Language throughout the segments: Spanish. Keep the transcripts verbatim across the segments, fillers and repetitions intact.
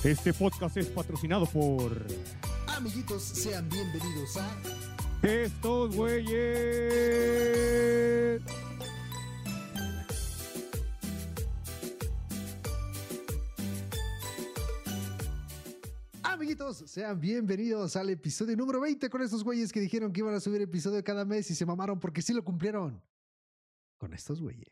Este podcast es patrocinado por... Amiguitos, sean bienvenidos a... Estos güeyes. Amiguitos, sean bienvenidos al episodio número veinte con estos güeyes que dijeron que iban a subir episodio cada mes y se mamaron porque sí lo cumplieron. Con estos güeyes.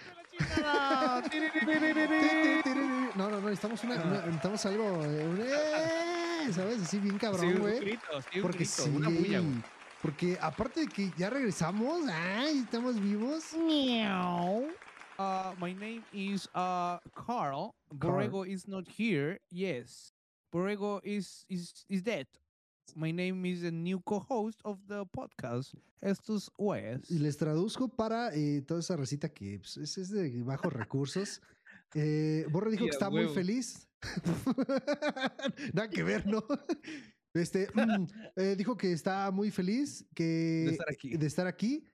No, no, no, necesitamos una, una necesitamos algo, un, eh, ¿sabes? Así bien cabrón, güey. Sí, sí, porque grito, sí, una bulla, güey. Porque aparte de que ya regresamos, ay, estamos vivos. Meow. Uh, my name is uh, Carl. Borrego is not here. Yes. Borrego is, is, is dead. My name is the new co-host of the podcast, Estos Güeyes. Y les traduzco para eh, toda esa recita que pues, es, es de bajos recursos. Eh, Borre dijo Sí, que a está huevo. muy feliz. Nada que ver, ¿no? Este, mm, eh, dijo que está muy feliz que, De estar aquí. de estar aquí,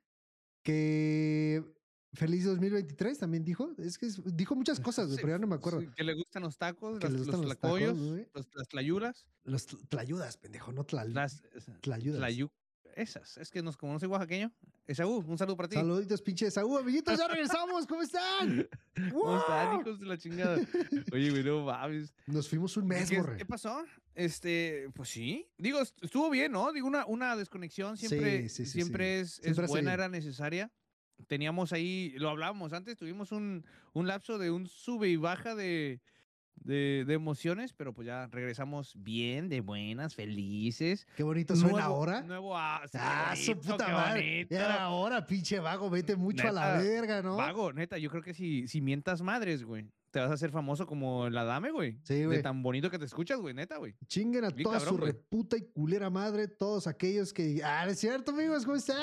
que feliz dos mil veintitrés también dijo. Es que es- dijo muchas cosas, güey, Sí, pero ya no me acuerdo. sí, que le gustan los tacos, Que las- le gustan los los tlacoyos, tacos, güey. los- las tlayulas, Los tl- tlayudas, pendejo, no tlal- las tlayudas. tlayu- esas. Es que nos, como no soy oaxaqueño. Esaú, un saludo para ti. Saluditos, pinche Saúl, amiguitos, ya regresamos, ¿cómo están? ¿Cómo están, ¡Wow! hijos de la chingada? Oye, güey, no mames. Nos fuimos un mes, ¿Qué, Borre. qué pasó? Este, pues sí. Digo, est- estuvo bien, ¿no? Digo, una, una desconexión siempre, Sí, sí, sí, siempre sí. es, Siempre es hace buena, bien. era necesaria. Teníamos ahí, lo hablábamos antes, tuvimos un, un lapso de un sube y baja de, de, de emociones, pero pues ya regresamos bien, de buenas, felices. Qué bonito suena Nuevo- ahora. Nuevo, ah, sí, Ah, su bonito, puta qué madre. bonito. Ya era hora, pinche vago. Vete mucho a la Neta, verga, ¿no? Vago, neta, yo creo que si, si mientas madres, güey, te vas a hacer famoso como el Adame, güey. Sí, De güey. tan bonito que te escuchas, güey, neta, güey. Chinguen a Bien toda cabrón, su güey. reputa y culera madre, todos aquellos que. Ah, es cierto, amigos, ¿cómo están?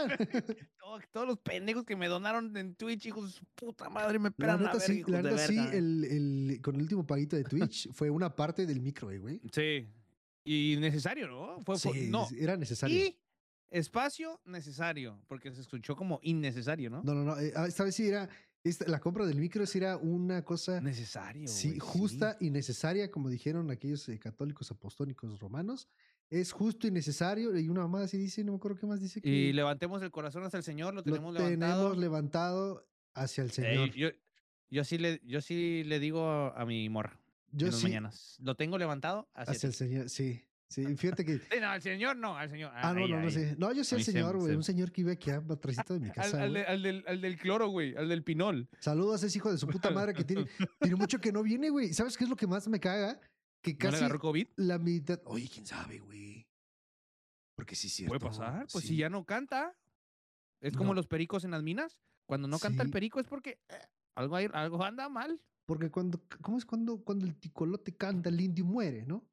Todo- Todos los pendejos que me donaron en Twitch, hijos de su puta madre, me La esperan neta, a ver, sí, hijos la de neta sí, verga. el, el- con el último paguito de Twitch fue una parte del micro, eh, güey. Sí. Y necesario, ¿no? Fue, fue- Sí, no. era necesario. Y espacio necesario, porque se escuchó como innecesario, ¿no? No, no, no. eh, ah, esta vez sí era. esta- la compra del micro sí era una cosa. Necesario. Sí, güey, justa y necesaria, como dijeron aquellos eh, católicos apostólicos romanos. Es justo y necesario. Y una mamá así dice, no me acuerdo qué más dice. Que Y levantemos el corazón hasta el Señor, lo lo tenemos tenemos levantado. levantado hacia el Ey, Señor. yo, yo, sí le, yo sí le digo a mi morra Yo en las sí, mañanas. Lo tengo levantado hacia, hacia el ti. Señor, sí. Sí, fíjate que. Sí, no, al Señor no, al Señor. Ah, a no, ella, no, a no ella. sé. No, yo sé A al mí se- Señor, güey. se- Un señor que iba aquí atrásito de mi Al, casa. al, güey. de- al del, al del cloro, güey, al del pinol. Saludos a ese hijo de su puta madre que tiene, tiene mucho que no viene, güey. ¿Sabes qué es lo que más me caga? Que ¿No le casi agarró COVID? la mitad. Oye, quién sabe, güey. Porque sí es cierto. Puede pasar. Pues sí. si ya no canta. Es como No. los pericos en las minas. Cuando no canta el Sí. perico es porque eh, algo, hay- algo anda mal. Porque cuando. ¿Cómo es cuando, cuando el ticolote canta, el indio muere, no?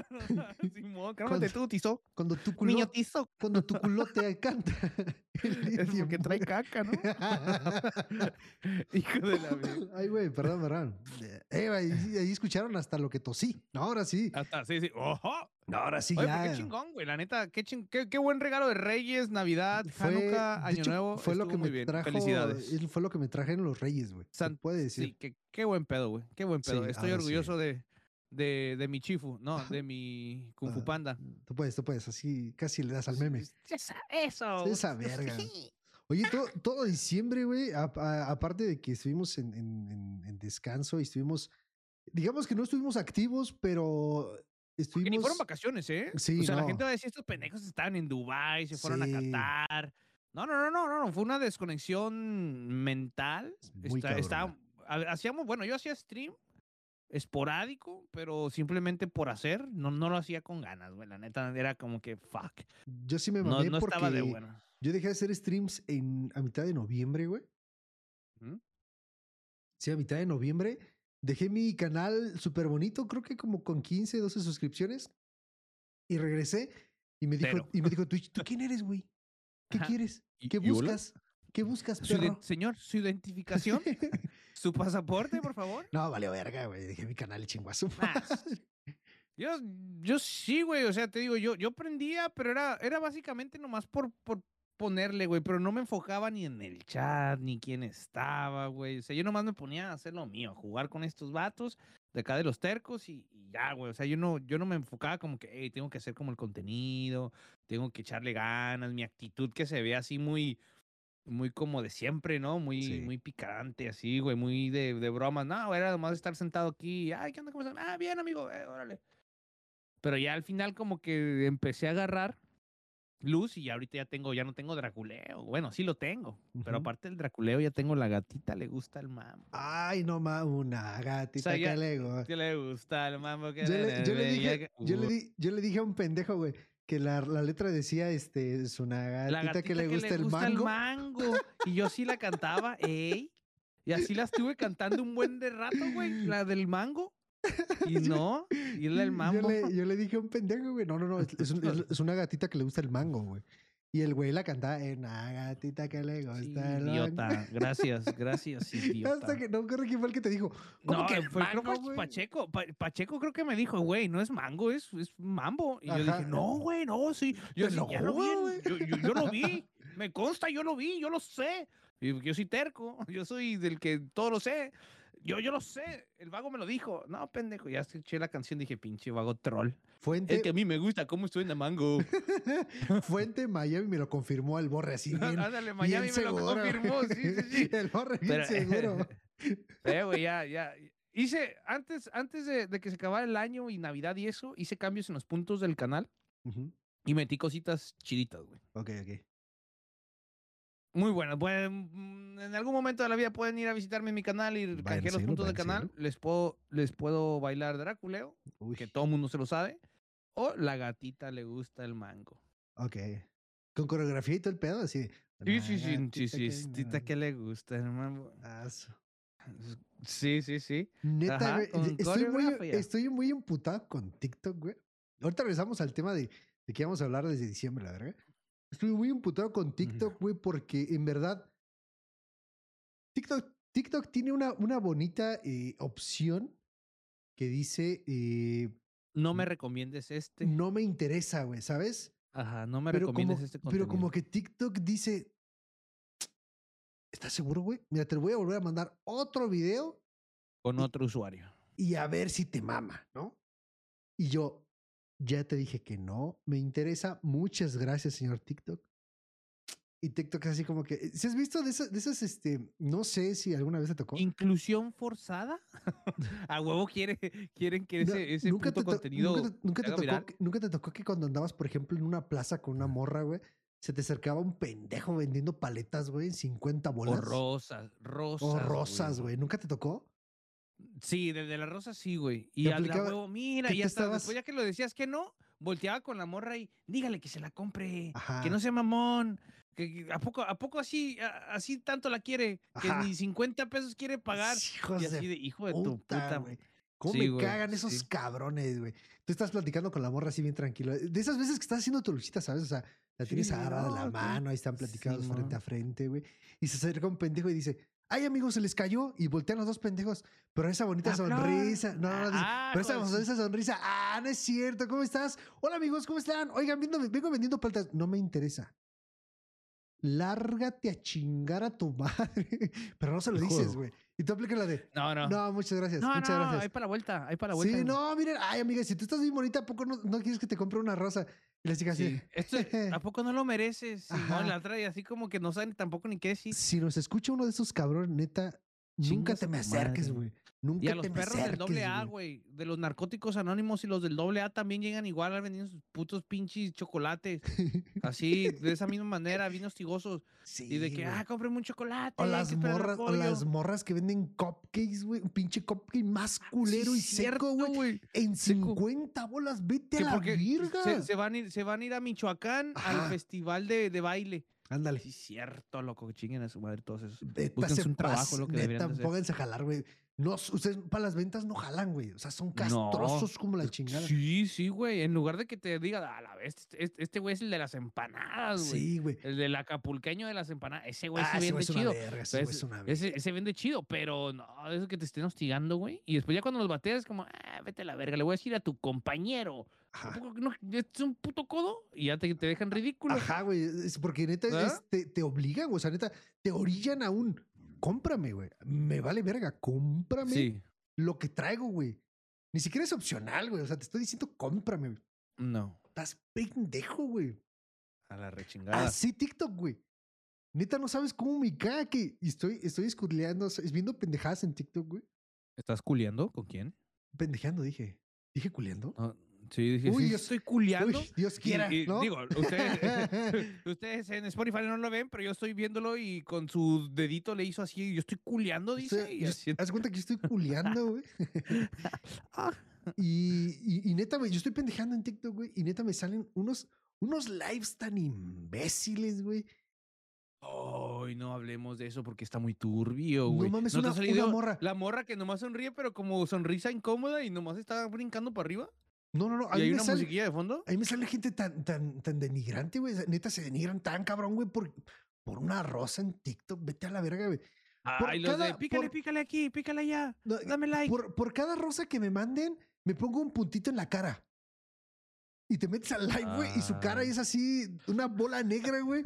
Simón, cálmate tú, tizo. Cuando tu Niño culote, tizo. cuando tu culote canta. el Es indio porque trae muere. caca, ¿no? Hijo de la verga. Ay, güey, perdón, perdón. Eh, ahí, ahí escucharon hasta lo que tosí. No, ahora sí. Hasta, sí, sí. ¡Ojo! No, ahora sí Oye, ya. pues qué chingón, güey. La neta, qué, ching- qué, qué buen regalo de Reyes, Navidad, Fue, Hanukkah, de Año hecho, Nuevo. fue lo que estuvo muy me bien. trajo. Felicidades. es- Fue lo que me trajeron los Reyes, güey. Se San- puede decir. Sí, qué, qué buen pedo, güey. Qué buen pedo. Sí, Estoy ahora sí. orgulloso de, de, de mi chifu, no, de mi Kung Fu Ah, Panda. Tú puedes, tú puedes. Así casi le das al meme. Esa- Eso. Esa verga. Oye, todo, todo diciembre, güey, a- a- aparte de que estuvimos en, en- en- en descanso y estuvimos, digamos que no estuvimos activos, pero Que estuvimos. ni fueron vacaciones, ¿eh? Sí, o sea, la no. gente va a decir, estos pendejos estaban en Dubái, se fueron Sí. a Qatar. No, no, no, no, no, no. Fue una desconexión mental. Muy Está- está- cabrona. ha- hacíamos, bueno, yo hacía stream esporádico, pero simplemente por hacer, no, no lo hacía con ganas, güey. La neta era como que fuck. Yo sí me No, mamé no porque estaba de buena. yo dejé de hacer streams en, a mitad de noviembre, güey. ¿Mm? Sí, a mitad de noviembre. Dejé mi canal súper bonito, creo que como con quince, doce suscripciones. Y regresé y me dijo, Cero. y me dijo Twitch, ¿tú quién eres, güey? ¿Qué Ajá. quieres? ¿Y- ¿Qué y hola? buscas? ¿Qué buscas, Su iden- perro? señor, su identificación, su pasaporte, por favor. No, valió verga, güey. Dejé mi canal y chingó a su Nah, madre. Yo, yo sí, güey. O sea, te digo, yo, yo prendía, pero era, era básicamente nomás por, por ponerle, güey, pero no me enfocaba ni en el chat, ni quién estaba, güey. O sea, yo nomás me ponía a hacer lo mío, a jugar con estos vatos de acá de los tercos y, y ya, güey. O sea, yo no, yo no me enfocaba como que, hey, tengo que hacer como el contenido, tengo que echarle ganas, mi actitud que se ve así muy, muy como de siempre, ¿no? Muy, Sí. muy picante, así, güey, muy de, de bromas. No, era nomás estar sentado aquí, ay, ¿qué onda? ¿Cómo están? Ah, bien, amigo, eh, órale. Pero ya al final como que empecé a agarrar luz y ya ahorita ya tengo, ya no tengo Draculeo. Bueno, sí lo tengo, pero Ujú. aparte del Draculeo ya tengo la gatita, le gusta el mambo. Ay, no más, una O gatita sea, que ya, le gusta. que le gusta el mambo que Yo le, yo le ya dije, que- yo le uh, di, yo le dije a un pendejo, güey, que la, la letra decía, este, es una la gatita que gatita le que gusta le el gusta el mango. mango. Y yo sí la cantaba, ey. Y así la estuve cantando un buen de rato, güey, la del mango. Y Yo- no, y la del yo, mambo. le, yo le dije a un pendejo, güey, no, no, no, es, es un- es- es una gatita que le gusta el mango, güey. Y el güey la cantaba, es una gatita que le Sí, gusta el mango. idiota. Gracias, gracias, idiota. Hasta que no creo quién fue el que te dijo, ¿cómo No, que eh, el fue, creo que mango, fue güey? Pacheco. Pa- Pacheco creo que me dijo, güey, no es mango, es, es mambo. Y yo Ajá. dije, no, güey, no, sí. Yo Te sí, lo ya lo vi, juro, en- güey. yo, yo, yo lo vi, me consta, yo lo vi, yo lo sé. Y yo soy terco, yo soy del que todo lo sé. Yo, yo lo sé, el vago me lo dijo. No, pendejo, ya escuché la canción, dije, pinche vago troll. Es Fuente, que a mí me gusta cómo suena mango. Fuente Miami me lo confirmó el borre así bien, Ándale, bien Miami me lo seguro. confirmó, sí, sí, sí. El borre bien Pero, seguro. pero, güey, ya, ya. Hice, antes, antes de, de que se acabara el año y Navidad y eso, hice cambios en los puntos del canal Ujú. y metí cositas chiditas, güey. Ok, ok. Muy buenas. Pueden, mm, en algún momento de la vida pueden ir a visitarme en mi canal y Vayan a canjear los seguirlo, puntos del vayan a canal. Les puedo, les puedo bailar Draculeo, Uy, que todo el mundo se lo sabe. O la gatita le gusta el mango. ok. Con coreografía y todo el pedo, así. de, Sí, "Una sí, sí, sí, gatita sí, que gatita no". que le gusta el mango. Ah, su- Sí, sí, sí. Neta, Ajá, güey. con Estoy muy, coreografía. estoy muy emputado con TikTok, güey. Ahorita regresamos al tema de, de que íbamos a hablar desde diciembre, la verdad. Estoy muy emputado con TikTok, güey, porque en verdad TikTok, TikTok tiene una, una bonita eh, opción que dice eh, No me recomiendes este. no me interesa, güey, ¿sabes? Ajá, no me Pero recomiendes como, este pero contenido. como que TikTok dice, ¿estás seguro, güey? Mira, te voy a volver a mandar otro video Con y- otro usuario. y a ver si te mama, ¿no? Y yo, ya te dije que no, me interesa. Muchas gracias, señor TikTok. Y TikTok es así como que, ¿si has visto de esas, de esas, este, no sé si alguna vez te tocó? ¿Inclusión forzada? A huevo quiere, quieren que No, ese, ese nunca, puto te to- contenido nunca, te, nunca se te haga tocó, viral. que- nunca te tocó que cuando andabas, por ejemplo, en una plaza con una morra, güey, se te acercaba un pendejo vendiendo paletas, güey, en cincuenta O bolas. rosas, rosas. O rosas, güey. ¿Nunca te tocó? Sí, desde la rosa sí, güey. Y Te a la aplicaba- huevo, mira, ¿qué y te hasta estabas- después ya que lo decías que no, volteaba con la morra y dígale que se la compre, Ajá. que no sea mamón, que, que a poco, a poco así, a- así tanto la quiere, que Ajá. ni cincuenta pesos quiere pagar. Hijos Y así de de, hijo de tu puta, puta. güey. ¿Cómo Sí, me güey, cagan esos sí. cabrones, güey? Tú estás platicando con la morra así bien tranquilo. De esas veces que estás haciendo tu luchita, ¿sabes? O sea, la Sí, tienes agarrada de la no, mano, ahí están platicados frente Simón. a frente, güey. Y se acerca un pendejo y dice, ay, amigo, se les cayó. Y voltean los dos pendejos. Pero esa bonita ¡La flor! sonrisa. No, no, no, dice, Ah, pero esa, joder, sí. esa sonrisa. Ah, no es cierto. ¿Cómo estás? Hola, amigos, ¿cómo están? Oigan, viendo- vengo vendiendo paltas. No me interesa. Lárgate a chingar a tu madre. Pero no se lo Hijo dices, de- güey. Y tú aplicas la de, No, no. no, muchas gracias, No, muchas no, gracias. hay para la vuelta, hay para la vuelta. Sí, güey. no, miren, ay, amiga, si tú estás bien bonita, ¿a poco no, no quieres que te compre una rosa? Y la chica así, Sí. Esto, ¿a poco no lo mereces? Simón, Ajá. la otra y así como que no saben tampoco ni qué decir. si nos escucha uno de esos cabrones, neta, nunca Chingas te a me tu acerques, madre. güey. Nunca Y a los te me perros del acerques, doble A, güey. güey. De los narcóticos anónimos y los del doble A también llegan igual a vender sus putos pinches chocolates. Así, de esa misma manera, bien hostigosos. Sí, Y de que, güey. ah, cómprame un chocolate. O hay las que esperar el morras, o pollo". las morras que venden cupcakes, güey. Un pinche cupcake más Ah, culero sí, y cierto, seco, güey. En Seco. cincuenta bolas, vete Que a la porque virga. se, se van a ir, se van a ir a Michoacán Ajá. al festival de, de baile. Ándale. Sí, cierto, loco, que chinguen a su madre todos esos. Neta, Búsquense se un trabajo, pas- lo que neta, deberían de hacer. pónganse a jalar, güey. No, ustedes para las ventas no jalan, güey. O sea, son castrosos como la chingada. Sí, sí, güey. En lugar de que te diga, a la vez, este este güey es el de las empanadas, güey. Sí, güey. El del acapulqueño de las empanadas. Ese güey Ah, sí ese vende güey es una chido. verga, ese Pero güey es Ese, una verga. ese, ese vende chido, pero no, eso que te estén hostigando, güey. Y después ya cuando los bateas es como, ah, vete a la verga, le voy a decir a tu compañero Ajá. ¿A poco que no? ¿Es un puto codo? Y ya te, te dejan ridículo. Ajá, güey. Es porque neta ¿verdad? es- te, te obligan, güey. O sea, neta, te orillan a un cómprame, güey. Me vale verga, cómprame Sí. lo que traigo, güey. Ni siquiera es opcional, güey. O sea, te estoy diciendo cómprame, güey. No. Estás pendejo, güey. A la rechingada. Así TikTok, güey. Neta, no sabes cómo me caga que y estoy, estoy escurleando, o sea, es viendo pendejadas en TikTok, güey. ¿Estás culeando? ¿Con quién? Pendejeando, dije. ¿Dije culeando? No, sí, dije, Uy, sí, Dios- estoy culeando. Uy, Dios Y- quiera, y ¿no? Digo, ustedes, ustedes en Spotify no lo ven, pero yo estoy viéndolo y con su dedito le hizo así, yo estoy culeando, dice. Estoy- y yo- así- haz cuenta que yo estoy culeando, güey. Ah, Y, y, y neta, güey, yo estoy pendejando en TikTok, güey, y neta me salen unos, unos lives tan imbéciles, güey. Ay, no hablemos de eso porque está muy turbio, No güey. mames, te ha una- salido una morra. La morra que nomás sonríe, pero como sonrisa incómoda y nomás está brincando para arriba. No, no, no. A Y mí, hay me una sale, musiquilla de fondo. a mí me sale gente tan, tan, tan denigrante, güey. Neta, se denigran tan cabrón, güey, por, por una rosa en TikTok. Vete a la verga, güey. Por Ay, los de cada- pícale, por- pícale aquí, pícale allá. No, Dame like. Por, por cada rosa que me manden, me pongo un puntito en la cara. Y te metes al live, güey, y su cara Ah. es así, una bola negra, güey.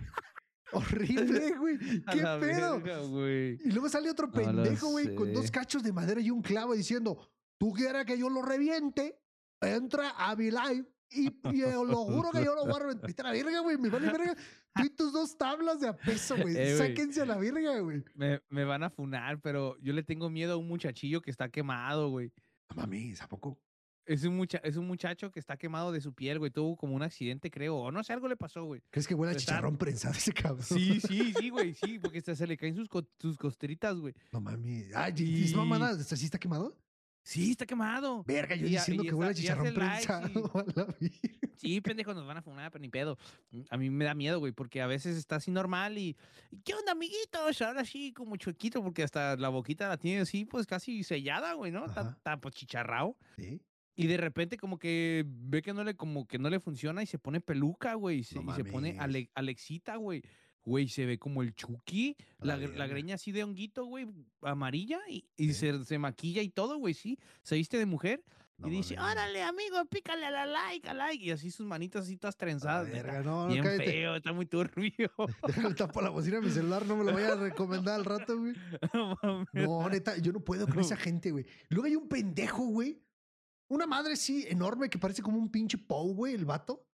Horrible, güey. A ¿Qué la pedo? verga, güey. Y luego sale otro No lo pendejo, güey, con dos sé. cachos de madera y un clavo diciendo, ¿tú quieres que yo lo reviente? Entra a mi live y, y yo lo juro que yo lo voy a reventar. Vete a la verga, güey, me vale verga. Tú y tus dos tablas de a peso, güey. Eh, güey. Sáquense a la verga, güey. Me, me van a funar, pero yo le tengo miedo a un muchachillo que está quemado, güey. No mames, ¿a poco? Es un, mucha es un muchacho que está quemado de su piel, güey. Tuvo como un accidente, creo. O no sé, algo le pasó, güey. ¿Crees que huele a Está- chicharrón prensado ese cabrón? Sí, sí, sí, güey, sí. Porque hasta se le caen sus, co- sus costritas, güey. No mames. Ay, ¿y es Y- mamada? ¿Sí está quemado? Sí, está quemado. Verga, yo Y a- diciendo y que huele a está- y hace chicharrón lives prensado. A la virgen. Sí, pendejo, nos van a funar, pero ni pedo. A mí me da miedo, güey, porque a veces está así normal y, y ¿qué onda, amiguitos? Ahora sí, como chuequito, porque hasta la boquita la tiene así, pues casi sellada, güey, ¿no? Está, Ajá. está, pues chicharrao. ¿Sí? Y de repente como que ve que no le, como que no le funciona y se pone peluca, güey, y se, No y se pone mames. ale- Alexita, güey. Güey, se ve como el Chucky, A la la, gre- la verga. greña así de honguito, güey, amarilla, y, y Sí. se, se maquilla y todo, güey, sí. Se viste de mujer No y dice, mames. órale, amigo, pícale a la like, a like. Y así sus manitas así todas A la trenzadas. neta. verga, no, no, Bien cállate. feo, está muy turbio. Déjale tapo la bocina a mi celular, no me lo vaya a recomendar al rato, güey. No mames. No, neta, yo no puedo con esa gente, güey. Luego hay un pendejo, güey. Una madre sí enorme que parece como un pinche Poe, güey, el vato.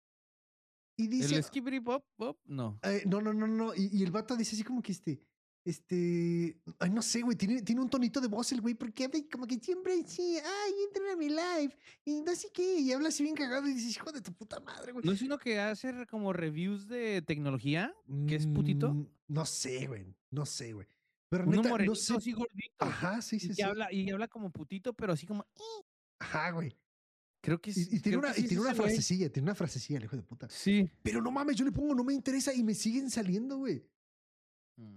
Y dice. ¿El Skibidi Pop? Pop? No. eh, no, no, no, no. Y, y el vato dice así como que este. Este. Ay, no sé, güey. Tiene, tiene un tonito de voz el güey, porque habla como que siempre sí. Ay, entra a mi live. Y no sé qué. Y habla así bien cagado y dices, hijo de tu puta madre, güey. ¿No es uno que hace re- como reviews de tecnología? ¿Que es putito? Mm, No sé, güey. No sé, güey. Pero Uno neta, morenito, no sé. así gordito. Ajá, sí, sí, y, sí. habla, y habla como putito, pero así como... Ajá, güey. Creo que Y, es- y tiene creo una, que sí y es tiene una ese güey. frasecilla, tiene una frasecilla, el hijo de puta. Sí. Pero no mames, yo le pongo, no me interesa y me siguen saliendo, güey. Mm.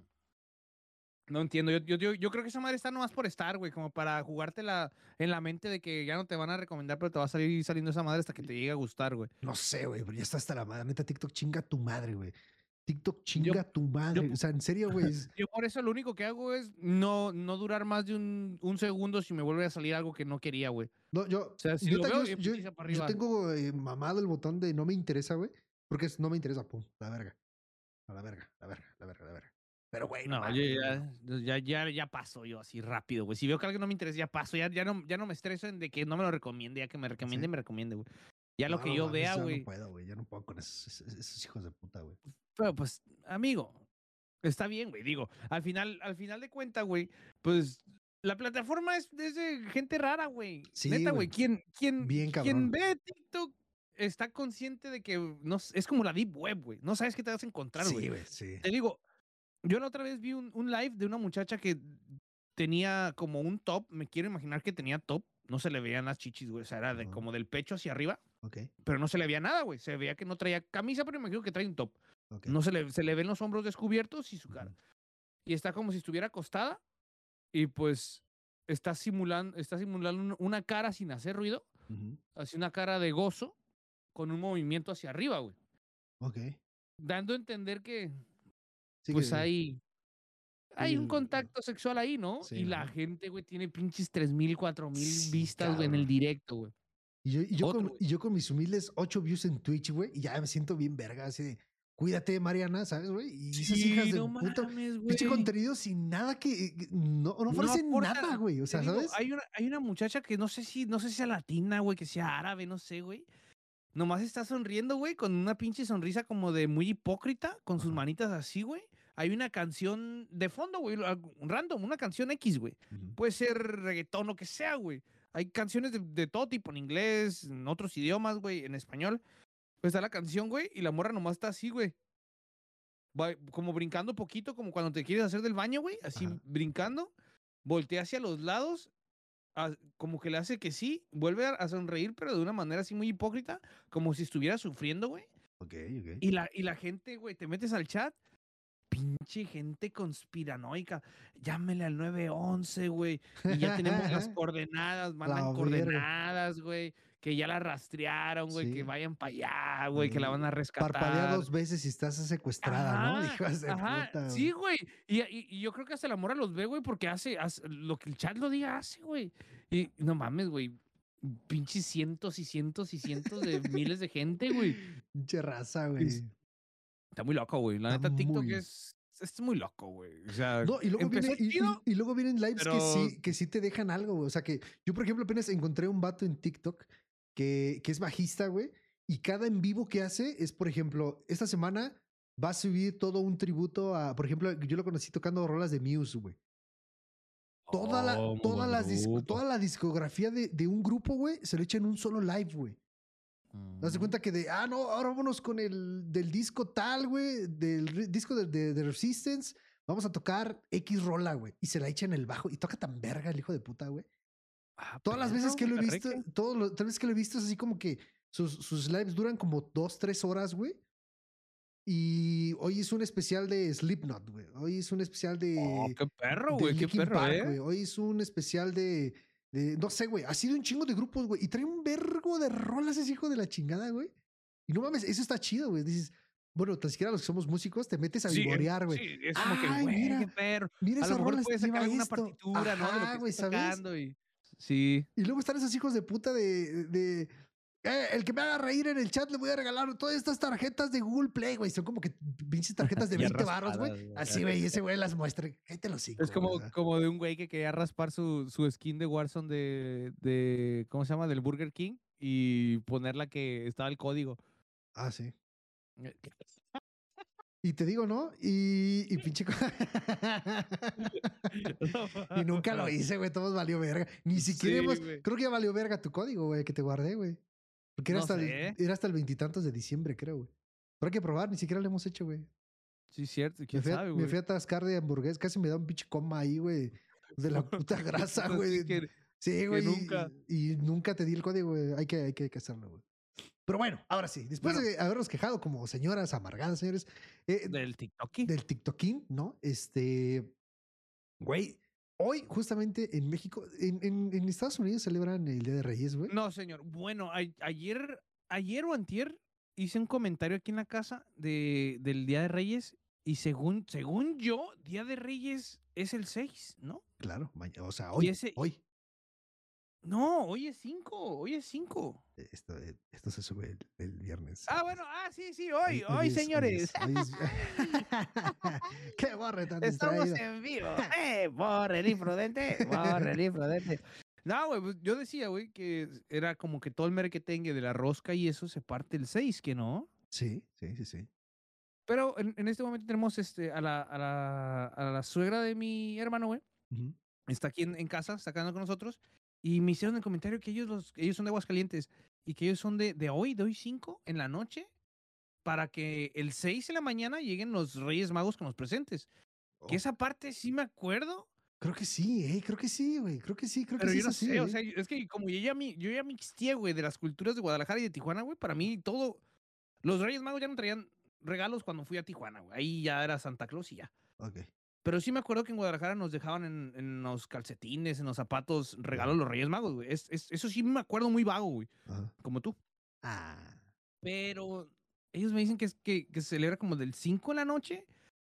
No entiendo. Yo, yo, yo, yo creo que esa madre está nomás por estar, güey. Como para jugártela en la mente de que ya no te van a recomendar, pero te va a salir saliendo esa madre hasta que te llegue a gustar, güey. No sé, güey, pero ya está hasta la madre. Neta, TikTok chinga tu madre, güey. TikTok chinga tu madre. yo- o sea, en serio, güey. es- Yo por eso lo único que hago es no, no durar más de un, un segundo si me vuelve a salir algo que no quería, güey. No, yo, O sea, si yo, lo te- veo, yo- yo yo- putiza para yo arriba. tengo eh, mamado el botón de no me interesa, güey. Porque es no me interesa, pum, la verga. A la verga, la verga, la verga, la verga. Pero, güey, no, No, mames, yo güey. ya, ya, ya, ya paso yo así rápido, güey. Si veo que algo no me interesa, ya paso. Ya, ya, no, ya no me estreso en de que no me lo recomiende, ya que me recomiende, Sí. me recomiende, güey. Ya lo No, que no yo mames, vea, ya güey. No puedo, güey. Ya no puedo con esos, esos- esos hijos de puta, güey. Pero pues, amigo, está bien, güey. Digo, al final, al final de cuentas, güey, pues la plataforma es, es de gente rara, güey. Sí, Neta, güey. güey. Quien, quien, Bien quien cabrón. ve TikTok está consciente de que no, s- es como la Deep Web, güey. No sabes qué te vas a encontrar, güey. Sí, güey, sí. Te digo, yo la otra vez vi un, un live de una muchacha que tenía como un top. Me quiero imaginar que tenía top. No se le veían las chichis, güey. O sea, era de, Ajá. como del pecho hacia arriba. Ok, Pero no se le veía nada, güey. Se veía que no traía camisa, pero me imagino que trae un top. ok. No se le, se le ven los hombros descubiertos y su cara. Ujú. Y está como si estuviera acostada. Y pues está simulando, está simulando un- una cara sin hacer ruido. Ujú. Así una cara de gozo. Con un movimiento hacia arriba, güey. Ok. Dando a entender que Sí, pues que- hay, hay Sí, un el- contacto sexual ahí, ¿no? Sí, y la ajá. gente, güey, tiene pinches tres mil, cuatro mil Sí, vistas, güey, en el cabrón. directo, güey. Y yo, y yo, Otro, con, güey. y yo con mis humildes ocho views en Twitch, güey, y ya me siento bien verga, así de, cuídate, Mariana, ¿sabes, güey? Y esas hijas Sí, de no puta, mames, pinche güey. contenido sin nada que, que no, no No ofrecen aportan. nada, güey, o Te sea, digo, ¿sabes? hay una, hay una muchacha que no sé si, no sé si sea latina, güey, que sea árabe, no sé, güey. Nomás está sonriendo, güey, con una pinche sonrisa como de muy hipócrita, con sus Ajá. manitas así, güey. Hay una canción de fondo, güey, algo- random, una canción X, güey. Ujú. Puede ser reggaetón o que sea, güey. Hay canciones de, de todo tipo, en inglés, en otros idiomas, güey, en español. Pues está la canción, güey, y la morra nomás está así, güey. Va como brincando poquito, como cuando te quieres hacer del baño, güey, así Ajá. brincando. Voltea hacia los lados, a- como que le hace que sí, vuelve a, a sonreír, pero de una manera así muy hipócrita, como si estuviera sufriendo, güey. Ok, ok. Y la, y la gente, güey, te metes al chat, pinche gente conspiranoica, llámele al nueve once, güey, y ya tenemos las coordenadas, mandan La verga. coordenadas, güey, que ya la rastrearon, güey, que Sí. vayan para allá, güey, que la van a Parpadea rescatar. dos veces y estás secuestrada, ¿no? Ajá, Hijas de ajá, puta, sí, güey. güey. Y, y- y yo creo que hasta la mora los ve, güey, porque hace, hace- lo que el chat lo diga, hace, güey. Y no mames, güey. Pinches cientos y cientos y cientos de miles de gente, güey. Pinche raza, Es- güey. Está muy loco, güey. La Está neta, TikTok muy. es, es muy loco, güey. O sea, No, y luego empezó viene, y, chido, y- y luego vienen lives que pero sí, que sí te dejan algo, güey. O sea que yo, por ejemplo, apenas encontré un vato en TikTok que, que es bajista, güey. Y cada en vivo que hace es, por ejemplo, esta semana va a subir todo un tributo a, por ejemplo, yo lo conocí tocando rolas de Muse, güey. Toda la, Oh, muy toda, buen las dis- grupo. toda la discografía de, de un grupo, güey, se lo echa en un solo live, güey. ¿Te das Mm. cuenta que de, ah, no, ahora vámonos con el del disco tal, güey, del re- disco de, de- de Resistance, vamos a tocar X rola, güey, y se la echa en el bajo y toca tan verga el hijo de puta, güey. Ah, Todas las veces perro, que lo he visto, perreque. todas las veces que lo he visto es así como que sus, sus lives duran como dos, tres horas, güey. Y hoy es un especial de Slipknot, güey. Hoy es un especial Oh, de, qué perro, de güey, qué Linkin perro, Park, ¿eh? güey. Hoy es un especial de, de, no sé, güey. Ha sido un chingo de grupos, güey. Y trae un vergo de rolas ese hijo de la chingada, güey. Y no mames, eso está chido, güey. Dices, bueno, tan siquiera los que somos músicos te metes a Sí, em- vivorear, güey. sí, es como que, Ay, güey, mira, qué perro. mira A lo esa mejor rola, puedes sacar lleva alguna esto. partitura, ¿no? De lo Ajá, que güey, está ¿sabes? tocando y... Sí. Y luego están esos hijos de puta de, de eh, el que me haga reír en el chat le voy a regalar todas estas tarjetas de Google Play, güey. Son como que pinches tarjetas de Ya veinte baros, güey. raspadas, güey. Así, güey, y ese güey las muestra. Cállate los cinco, Es como, como de un güey que quería raspar su, su skin de Warzone de, de, ¿cómo se llama? Del Burger King y ponerla que estaba el código. Ah, sí. Y te digo, ¿no? Y, y pinche. co- y nunca lo hice, güey. Todos valió verga. Ni siquiera Sí, hemos. güey. Creo que ya valió verga tu código, güey, que te guardé, güey. Porque era No hasta, el, sé. era hasta el veintitantos de diciembre, creo, güey. Pero hay que probar, ni siquiera lo hemos hecho, güey. Sí, cierto. Me ¿Quién fui, a, sabe, me güey? fui a atascar de hamburguesas, casi me da un pinche coma ahí, güey. De la puta grasa, Así güey. que, Sí, que güey. nunca. Y, y nunca te di el código, güey. Hay que, hay que, hay que hacerlo, güey. Pero bueno, ahora sí. Después Bueno, de habernos quejado como señoras amargadas, señores, eh, del TikToki. del TikToking, ¿no? Este, güey, hoy justamente en México, en, en, en Estados Unidos celebran el Día de Reyes, güey. No, señor. Bueno, a- ayer, ayer o antier hice un comentario aquí en la casa de, del Día de Reyes y según, según yo, Día de Reyes es el seis, ¿no? Claro, mañana, o sea, Y hoy, ese, hoy. no, hoy es cinco, hoy es cinco. Esto, esto se sube el, el viernes. Ah, bueno, ah, sí, sí, hoy, hoy, Hoy es- señores. Hoy es, hoy es- ¡Qué borre tan Estamos distraído! en vivo. ¡Eh, borre el imprudente! ¡Borre el imprudente! No, güey, pues yo decía, güey, que era como que todo el merequetengue de la rosca y eso se parte el seis, que no. Sí, sí, sí, sí. Pero en, en este momento tenemos este, a, la, a, la, a la suegra de mi hermano, güey. Ujú. Está aquí en, en casa, está acá con nosotros. Y me hicieron el comentario que ellos, los, ellos son de Aguascalientes y que ellos son de, de hoy, de hoy cinco en la noche, para que el seis de la mañana lleguen los Reyes Magos con los presentes. Oh, Que esa parte sí me acuerdo, creo que sí, eh, creo que sí, güey. Creo que sí, creo que pero sí yo es no así. sé, o eh. sea, es que como yo ya, mi, yo ya mixteé, güey, de las culturas de Guadalajara y de Tijuana, güey, para mí todo, los Reyes Magos ya no traían regalos cuando fui a Tijuana, güey, ahí ya era Santa Claus y ya. Ok. Pero sí me acuerdo que en Guadalajara nos dejaban en, en los calcetines, en los zapatos, regalos Ya. los Reyes Magos, güey. Es, es- eso sí me acuerdo muy vago, güey, Ajá. como tú. Ah. Pero ellos me dicen que, es, que, que se celebra como del cinco en la noche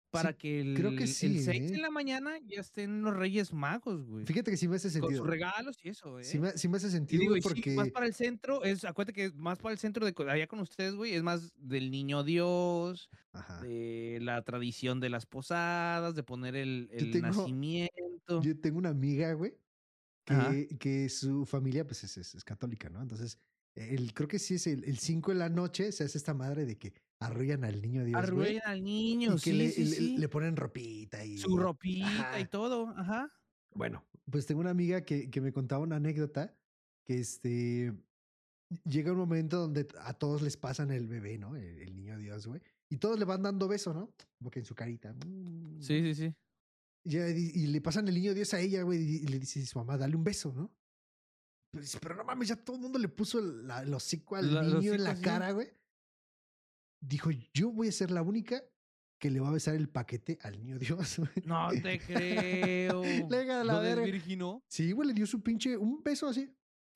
para que el, creo que sí, el seis ¿eh? de la mañana ya estén los Reyes Magos, güey. Fíjate que sí me hace Con sentido. sus regalos y eso, Sí ¿eh? me, sí me hace Y sentido, digo, güey, y sí, más porque... para el centro, es, acuérdate que más para el centro de co- allá con ustedes, güey, es más del niño Dios, Ajá. de la tradición de las posadas, de poner el, Yo el tengo, nacimiento. yo tengo una amiga, güey, Ajá. que, que su familia, pues, es, es, es católica, ¿no? Entonces, el, creo que sí es el, el cinco de la noche, se hace esta madre de que arrullan al niño Dios, güey, Arrullen al niño, y que sí, le, sí, le, sí. le ponen ropita Su y... ropita y Ajá. todo, ajá. Bueno, pues tengo una amiga que, que me contaba una anécdota que este llega un momento donde a todos les pasan el bebé, ¿no? El, el niño Dios, güey. Y todos le van dando beso, ¿no? Porque en su carita. mm, Sí, ¿no? sí, sí. Y, ya di- y le pasan el niño Dios a ella, güey, y, y le dice a su mamá, dale un beso, ¿no? Pero, dice, pero no mames, ya todo el mundo le puso el, la- el hocico al La- los niño en hijos, la sí. cara, güey. Dijo, yo voy a ser la única que le va a besar el paquete al niño Dios, güey. No te creo. Le diga a la ¿Lo verga. desvirginó? Sí, güey, le dio su pinche, un beso así.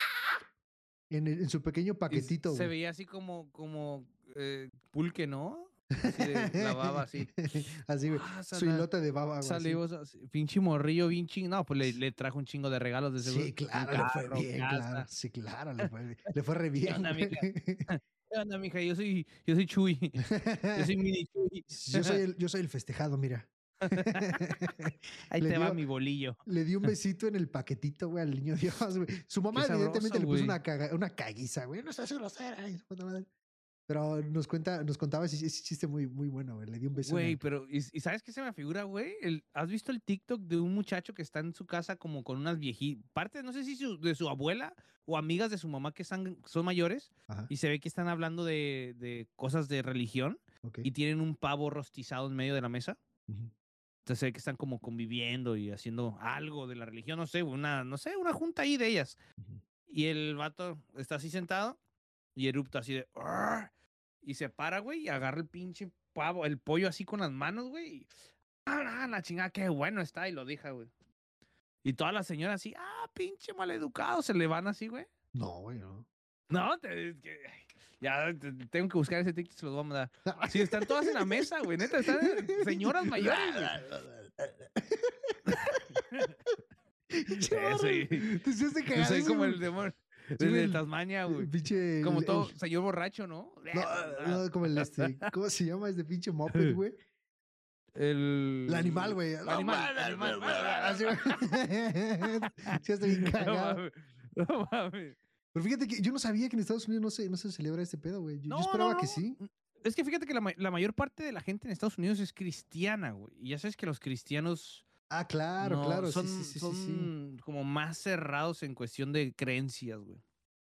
En, el- en su pequeño Y s- paquetito, se güey. veía así como, como eh, pulque, ¿no? Así de la baba, así. Así, güey. Ah, Su sala- hilote de baba, güey. Así. Salimos así, pinche morrillo, bien ching. No, pues le, le trajo un chingo de regalos de seguro. Sí, Un claro, le fue carro, bien, claro. casa. Sí, claro, le fue, le fue re ¿Qué bien, onda, güey. mija? ¿Qué onda, mija? Yo soy, yo soy Chuy. Yo soy mini Chuy. Yo soy el, yo soy el festejado, mira. Ahí Le te va dio, mi bolillo. le dio un besito en el paquetito, güey, al niño Dios, güey. Su mamá, Qué evidentemente, sabroso, le puso güey. una, caga- una caguiza, güey. No seas grosera. y su puta madre. Pero nos cuenta, nos contaba ese, ese chiste muy, muy bueno, güey. Le dio un beso en Güey, el. pero ¿y, y sabes qué se me figura, güey? El- ¿Has visto el TikTok de un muchacho que está en su casa como con unas viejitas, parte, no sé si su- de su abuela o amigas de su mamá que están, son mayores Ajá, y se ve que están hablando de, de cosas de religión ok. y tienen un pavo rostizado en medio de la mesa? Ujú, Entonces se ve que están como conviviendo y haciendo algo de la religión, no sé, una, no sé, una junta ahí de ellas. ujú. Y el vato está así sentado y erupta así de... "Arr", y se para, güey, y agarra el pinche pavo, el pollo así con las manos, güey. Y, ah, la chingada, qué bueno está, y lo deja, güey. Y todas las señoras así, ah, pinche maleducado, se le van así, güey. No, güey, no. No, te- que- ya te- te- tengo que buscar ese TikTok y se los voy a mandar. Sí, están todas en la mesa, güey, neta, están eh, señoras mayores, güey. Eso, y- Te hiciste yo cagar soy eso, como güey. el demonio Sí, de, güey, de el- Tasmania, güey. Pinche. Como el- todo el- señor borracho, ¿no? No, no, como el este. ¿Cómo se llama este pinche moped, güey? El... El animal, güey. El animal, animal. Así, güey. Sí, está bien No cagado. mames, no mames. Pero fíjate que yo no sabía que en Estados Unidos no se, no se celebra este pedo, güey. Yo, yo No, esperaba no, que no. sí. Es que fíjate que la, ma- la mayor parte de la gente en Estados Unidos es cristiana, güey. Y ya sabes que los cristianos Ah, claro, no, claro. son, sí, sí, sí, son sí, sí. como más cerrados en cuestión de creencias, güey.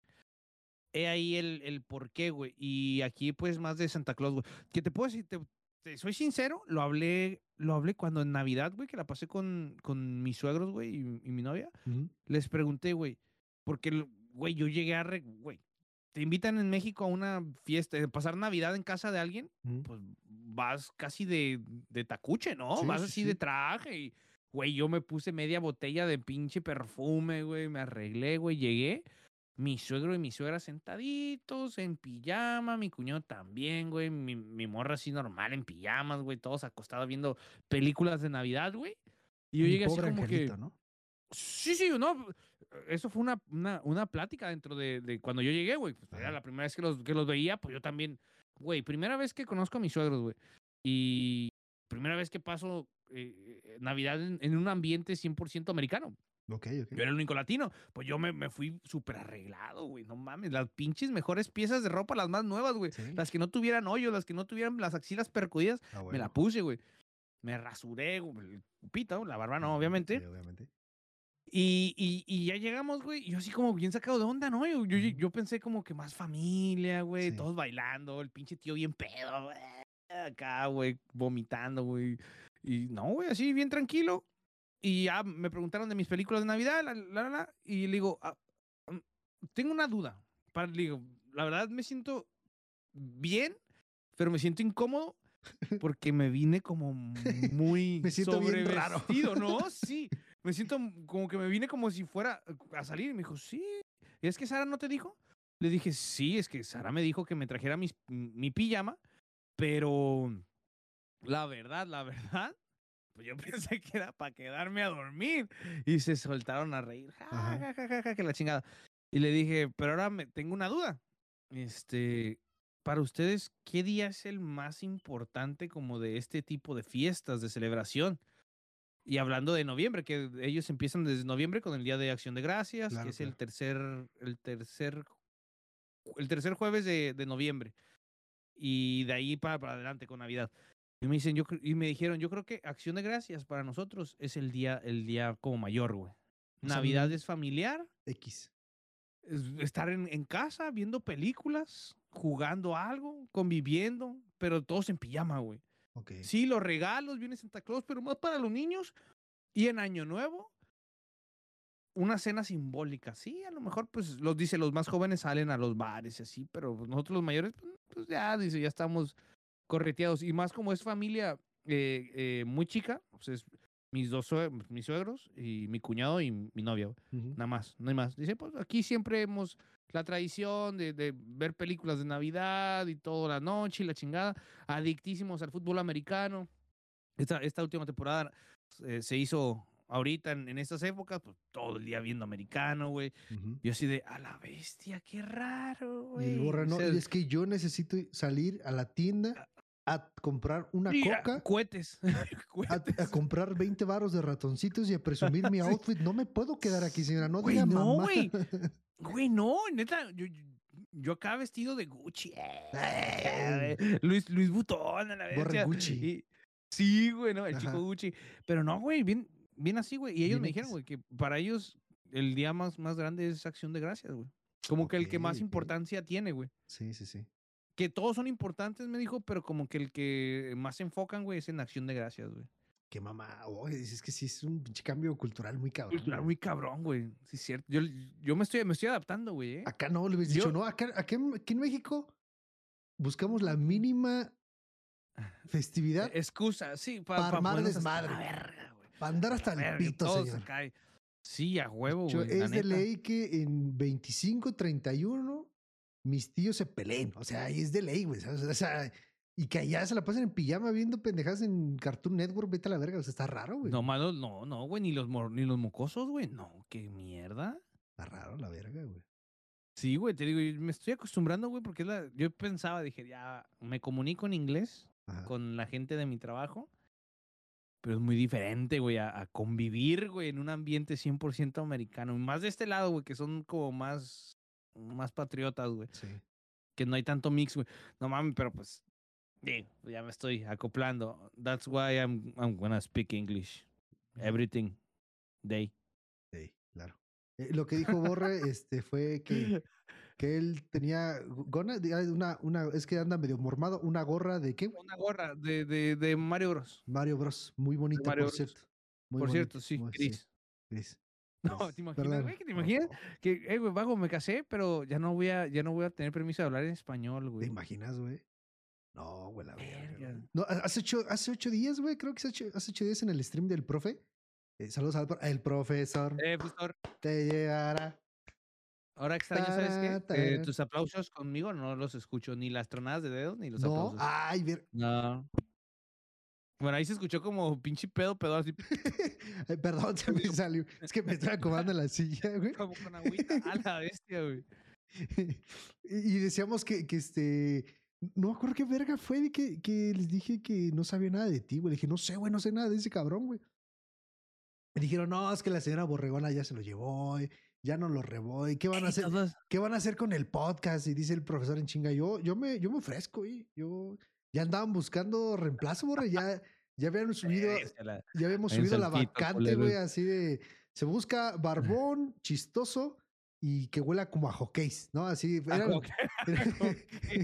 He ahí el, el por qué, güey. Y aquí, pues, más de Santa Claus, güey. Que te puedo decir, te, te soy sincero, lo hablé, lo hablé cuando en Navidad, güey, que la pasé con, con mis suegros, güey, y, y mi novia. Ujú, Les pregunté, güey, porque, lo- güey, yo llegué a, re- güey, te invitan en México a una fiesta, de pasar Navidad en casa de alguien, ujú. pues vas casi de, de tacuche, ¿no? Sí, Vas sí, así de sí. traje y, güey, yo me puse media botella de pinche perfume, güey, me arreglé, güey, llegué. Mi suegro y mi suegra sentaditos en pijama, mi cuñado también, güey, mi, mi morra así normal en pijamas, güey, todos acostados viendo películas de Navidad, güey. Y yo Mi llegué así pobre como que, angelito, ¿no? sí, sí, no, eso fue una, una, una plática dentro de, de cuando yo llegué, güey. Pues era Ajá. la primera vez que los, que los veía, pues yo también, güey, primera vez que conozco a mis suegros, güey. Y primera vez que paso eh, eh, Navidad en, en un ambiente cien por ciento americano. Ok, ok. Yo era el único latino. Pues yo me, me fui súper arreglado, güey. No mames. Las pinches mejores piezas de ropa, las más nuevas, güey. Sí. Las que no tuvieran hoyos, las que no tuvieran las axilas percudidas, Ah, me la bueno. puse, güey. Me rasuré, güey, el pito, la barba no, Ujú, obviamente. Sí, obviamente. Y, y, y ya llegamos, güey. Y yo así como bien sacado de onda, ¿no? Yo, yo, Ujú. yo pensé como que más familia, güey. Sí. Todos bailando, el pinche tío bien pedo, güey. Acá, güey, vomitando, güey. Y no, güey, así bien tranquilo. Y ya me preguntaron de mis películas de Navidad, la, la, la, la, y le digo, "Ah, mm, tengo una duda. Para, le digo, la verdad me siento bien, pero me siento incómodo porque me vine como muy Me siento bien raro. sobrevestido, ¿no? Sí, me siento m- como que me vine como si fuera a salir. Y me dijo, sí. ¿Y es que Sara no te dijo? Le dije, sí, es que Sara me dijo que me trajera mis, mi pijama, pero la verdad, la verdad, pues yo pensé que era para quedarme a dormir. Y se soltaron a reír. Ja, Ajá. ja, ja, ja, ja, que la chingada. Y le dije, pero ahora me tengo una duda. Este, para ustedes, ¿qué día es el más importante como de este tipo de fiestas, de celebración? Y hablando de noviembre, que ellos empiezan desde noviembre con el Día de Acción de Gracias, Claro, que es claro. el tercer, el tercer, el tercer jueves de, de noviembre. Y de ahí para, para adelante con Navidad. Y me dicen, yo cre- y me dijeron, yo creo que Acción de Gracias para nosotros es el día, el día como mayor, güey. O sea, Navidad mm, es familiar, X. es estar en, en casa viendo películas, jugando algo, conviviendo, pero todos en pijama, güey. Ok. Sí, los regalos, viene Santa Claus, pero más para los niños. Y en Año Nuevo, una cena simbólica. Sí, a lo mejor, pues, los dice, los más jóvenes salen a los bares y así, pero pues, nosotros los mayores, pues, pues, ya, dice, ya estamos correteados. Y más como es familia eh, eh, muy chica, pues es mis dos sue- mis suegros y mi cuñado y mi novia, güey. Ujú. Nada más, no hay más. Dice, pues aquí siempre hemos la tradición de, de ver películas de Navidad y toda la noche y la chingada, adictísimos al fútbol americano. Esta, esta última temporada eh, se hizo ahorita en, en estas épocas, pues todo el día viendo americano, güey. Ujú. Yo así de, a la bestia, qué raro, Y el güey. borra, O no, sea, y es que yo necesito salir a la tienda a comprar una mira, coca, cohetes. a, cohetes. a comprar veinte varos de ratoncitos y a presumir mi Sí. outfit. No me puedo quedar aquí, señora. No Güey, diga no, mamá. güey. Güey, no, neta, yo, yo, yo acá vestido de Gucci. eh, Ey, Luis, Luis Butón, a la borra bestia. Gucci. Y, sí, güey, ¿no? El chico Ajá. Gucci. Pero no, güey, bien, bien así, güey. Y ellos Bien me dijeron, X. güey, que para ellos el día más, más grande es Acción de Gracias, güey. Como que Ok, el que más ok. importancia tiene, güey. Sí, sí, sí. Que todos son importantes, me dijo, pero como que el que más se enfocan, güey, es en Acción de Gracias, güey. Qué mamá. Oye, es que sí es un pinche cambio cultural muy cabrón, Cultural güey. muy cabrón, güey. Sí, es cierto. Yo, yo me, estoy, me estoy adaptando, güey, ¿eh? Acá no, le hubieras Yo, dicho, no, acá, acá en- aquí en México buscamos la no, pues, mínima eh, festividad excusa, sí, para para pa armar ponernos hasta la desmadre. verga, güey. Para andar Hasta hasta la el verga, pito, todos señor. acá. Sí, a huevo, Yo- güey, la es de neta. ley que en veinticinco, treinta y uno mis tíos se peleen. O sea, es de ley, güey. ¿sabes? O sea, y que allá se la pasen en pijama viendo pendejadas en Cartoon Network, vete a la verga. O sea, está raro, güey. No, malo, no, no, güey, ni los, mor- ni los mocosos, güey. No, qué mierda. Está raro la verga, güey. Sí, güey, te digo, yo me estoy acostumbrando, güey, porque es la, yo pensaba, dije, ya, me comunico en inglés Ajá. con la gente de mi trabajo, pero es muy diferente, güey, a, a convivir, güey, en un ambiente cien por ciento americano. Y más de este lado, güey, que son como más, más patriotas, güey, Sí. que no hay tanto mix, güey. No mames, pero pues, digo, ya me estoy acoplando. That's why I'm, I'm gonna speak English. Everything day. Sí, claro. Eh, lo que dijo Borre este, fue que, que él tenía gona- una, una, es que anda medio mormado, una gorra de qué, güey? Una gorra de, de, de Mario Bros. Mario Bros. Muy De bonita, Mario por Bros. cierto. Muy Por bonita. cierto, sí, Muy- sí, gris. gris. No, Gris. ¿te imaginas, Perdón. güey? ¿Que te imaginas? Oh, Que, eh, güey, vago, me casé, pero ya no voy a, ya no voy a tener permiso de hablar en español, ¿te güey. imaginas, güey? No, güey, la verga, Verga. güey. No, hace ocho, hace ocho días, güey, creo que hace ocho, hace ocho días en el stream del profe. Eh, saludos al pro- el profesor. Eh, profesor, Te llevará. ahora extraño, ¿sabes qué? Tará, Que tará. tus aplausos conmigo no los escucho, ni las tronadas de dedos, ni los No, aplausos. ay, ver. No. Bueno, ahí se escuchó como pinche pedo, pedo así, Ay, perdón, se me salió. Es que me estoy acomodando en la silla, güey. como con agüita. A la bestia, güey. Y y decíamos que, que este. No me acuerdo qué verga fue de que, que les dije que no sabía nada de ti, güey. Le dije, no sé, güey, no sé nada de ese cabrón, güey. Me dijeron, no, es que la señora Borregona ya se lo llevó, eh, ya no lo rebó. ¿Y qué van a Ey, hacer? todos- ¿Qué van a hacer con el podcast? Y dice el profesor en chinga, yo, yo me, yo me ofrezco, güey. Yo ya andaban buscando reemplazo, borre, ya, ya habían subido, Eh, se la- ya habíamos hay un subido la salquito, vacante, güey, culeros. así de se busca barbón, chistoso y que huela como a hockeys, ¿no? Así Ah, eran, como que- eran,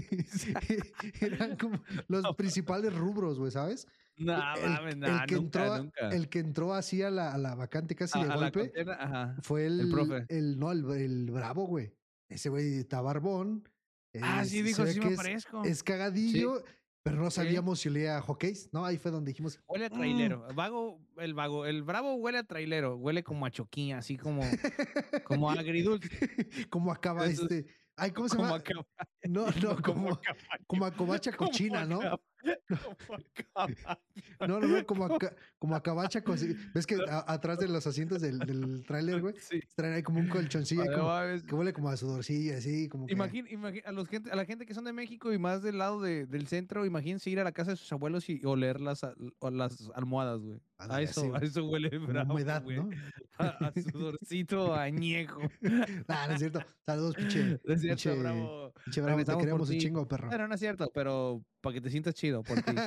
eran como los No. principales rubros, güey, ¿sabes? No, El, mames, el no, que entró, nunca, a- nunca. el que entró así a la, a la vacante casi A, de a la golpe contienda, ajá. fue el, El profe. el no, el, el bravo, güey. Ese güey está barbón. Ah, es- sí, se dijo, ve sí que me es, parezco. es cagadillo, pero no Sí. sabíamos si olía a hockeys, ¿no? Ahí fue donde dijimos, Huele a "Mm". trailero. Vago, el vago, el bravo huele a trailero. Huele como a choquín, así como, como a agridulce. Como acaba Eso es este. Ay, ¿cómo se como llama? a caballo. No, no, como, a caballo. como a covacha Como cochina, a ¿no? caballo. Como a caballo. No, no, no, como a, ca- como a cabacha. consi- ¿Ves que a- atrás de los asientos del, del tráiler, güey, Sí. traen ahí como un colchoncillo, ahí No como, mames. que huele como a sudorcillo, así, como que... Imagín, imagín- a, los gente, a la gente que son de México y más del lado de- del centro, imagínense ir a la casa de sus abuelos y oler las, al- o las almohadas, güey. A Ándale, así, eso, a güey, eso huele como bravo, humedad, güey. ¿no? A, a sudorcito añejo. Nah, no es cierto. Saludos, pinche, No es cierto, pinche, bravo. pinche bravo, te Regresamos por queremos un ti. chingo, perro. Bueno, no es cierto, pero para que te sientas chido por ti.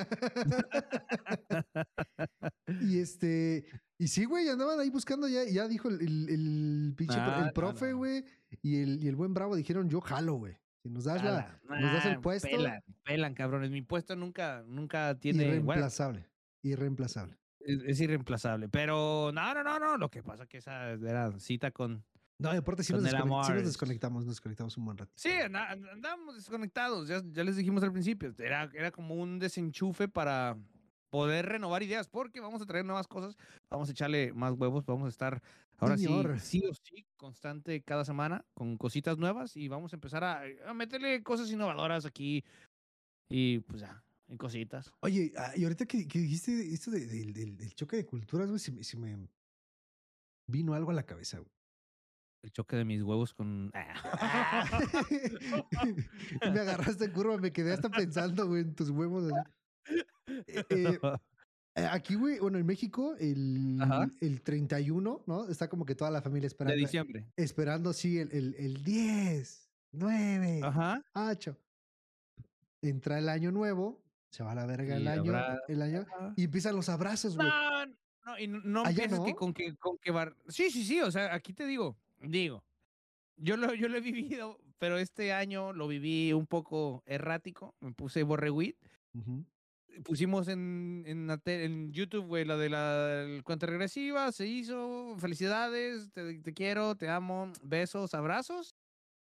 Y este, y sí, güey, andaban ahí buscando ya, ya dijo el, el, el pinche, pro- Ah, el no, profe, no. güey, y el, y el buen Bravo dijeron, yo jalo, güey. Si nos das la, Ala, nos das el ah, puesto, pelan, pelan, cabrones. Mi puesto nunca, nunca tiene, bueno, irreemplazable, irreemplazable. es, es irreemplazable. Pero no, no, no, no. Lo que pasa que esa era cita con, No, y aparte sí con nos, el desconect- sí amor. nos desconectamos, nos desconectamos un buen ratito. Sí, anda- and- andábamos desconectados, ya, ya les dijimos al principio. Era, era como un desenchufe para poder renovar ideas, porque vamos a traer nuevas cosas, vamos a echarle más huevos, vamos a estar ahora Señor. sí, sí o sí, constante cada semana con cositas nuevas y vamos a empezar a, a meterle cosas innovadoras aquí y pues ya, y cositas. Oye, ah, y ahorita que, que dijiste esto de- del, del- del choque de culturas, güey, se, me- se me vino algo a la cabeza, güey. El choque de mis huevos con... Ah. Me agarraste en curva, me quedé hasta pensando, güey, en tus huevos. así. Eh, eh, eh, aquí, güey, bueno, en México, Ajá. el, el treinta y uno, ¿no? Está como que toda la familia De esperando. diciembre. Esperando, sí, el, el, el diez, nueve, Ajá. ocho. Entra el año nuevo, se va a la verga el Y año, habrá... el año, y empiezan los abrazos, güey. No, no, y no, no Allá empieces que no. con que con que bar... Sí, sí, sí, o sea, aquí te digo, digo, yo lo, yo lo he vivido, pero este año lo viví un poco errático, me puse borreguit, Ujú. pusimos en, en, la te- en YouTube, güey, la de la el cuenta regresiva, se hizo, felicidades, te, te quiero, te amo, besos, abrazos,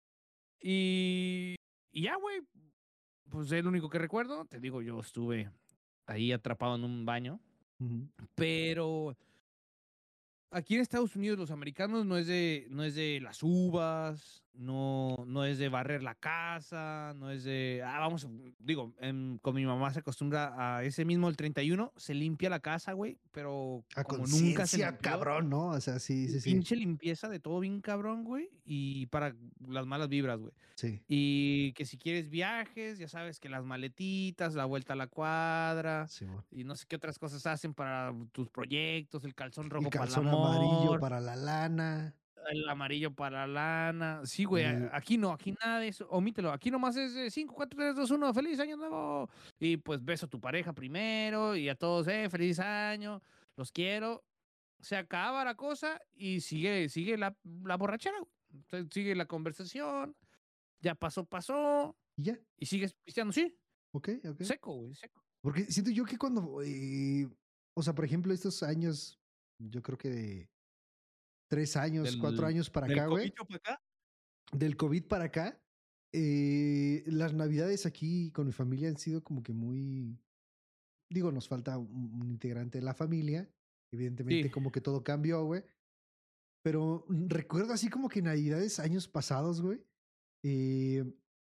y, y ya, güey, pues es el único que recuerdo, te digo, yo estuve ahí atrapado en un baño, Ujú. pero... Aquí en Estados Unidos los americanos no es de, no es de las uvas, no, no es de barrer la casa, no es de, ah, vamos, a- digo, em, con mi mamá se acostumbra a ese mismo el treinta y uno, se limpia la casa, güey, pero A como nunca se conciencia, limpió, cabrón, ¿no? O sea, sí, sí, sí. pinche limpieza de todo bien cabrón, güey, y para las malas vibras, güey. Sí. Y que si quieres viajes, ya sabes que las maletitas, la vuelta a la cuadra, Sí, mon. y no sé qué otras cosas hacen para tus proyectos, el calzón rojo El para el calzón amarillo amor, para la lana. el amarillo para la lana. Sí, güey, El- a- aquí no, aquí nada de eso. Omítelo. Aquí nomás es cinco, cuatro, tres, dos, uno. ¡Feliz año nuevo! Y pues beso a tu pareja primero y a todos, ¡eh! ¡Feliz año! Los quiero. Se acaba la cosa y sigue, sigue la, la borrachera. güey. Entonces, sigue la conversación. Ya pasó, pasó. Y ya, Y sigues pisteando, sí. ok, ok. Seco, güey, seco. Porque siento yo que cuando, eh, o sea, por ejemplo, estos años, yo creo que de tres años, cuatro Del, años para del acá, güey, cobicho para acá. del COVID para acá, eh, las navidades aquí con mi familia han sido como que muy, digo, nos falta un, un integrante de la familia, evidentemente Sí. como que todo cambió, güey, pero mm, recuerdo así como que navidades años pasados, güey, eh,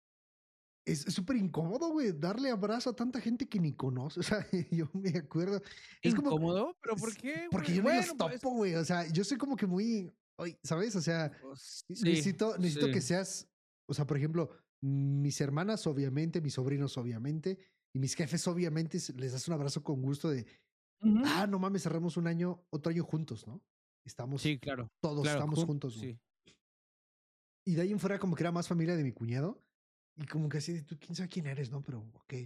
es es súper incómodo, güey, darle abrazo a tanta gente que ni conoce. O sea, yo me acuerdo. Es como. Incómodo, pero ¿por es- qué, Porque güey? yo no los Bueno, pues, topo, güey. O sea, yo soy como que muy. Ay, ¿sabes? O sea, pues, sí, necesito, necesito que sí. seas. O sea, por ejemplo, mis hermanas, obviamente, mis sobrinos, obviamente, y mis jefes, obviamente, se- les das un abrazo con gusto de. Ujú. Ah, no mames, cerramos un año, otro año juntos, ¿no? Estamos. Sí, claro. Todos Claro, estamos jun- juntos, güey. sí. Y de ahí en fuera, como que era más familia de mi cuñado. Y como que así, de, tú quién sabe quién eres, ¿no? Pero, ok.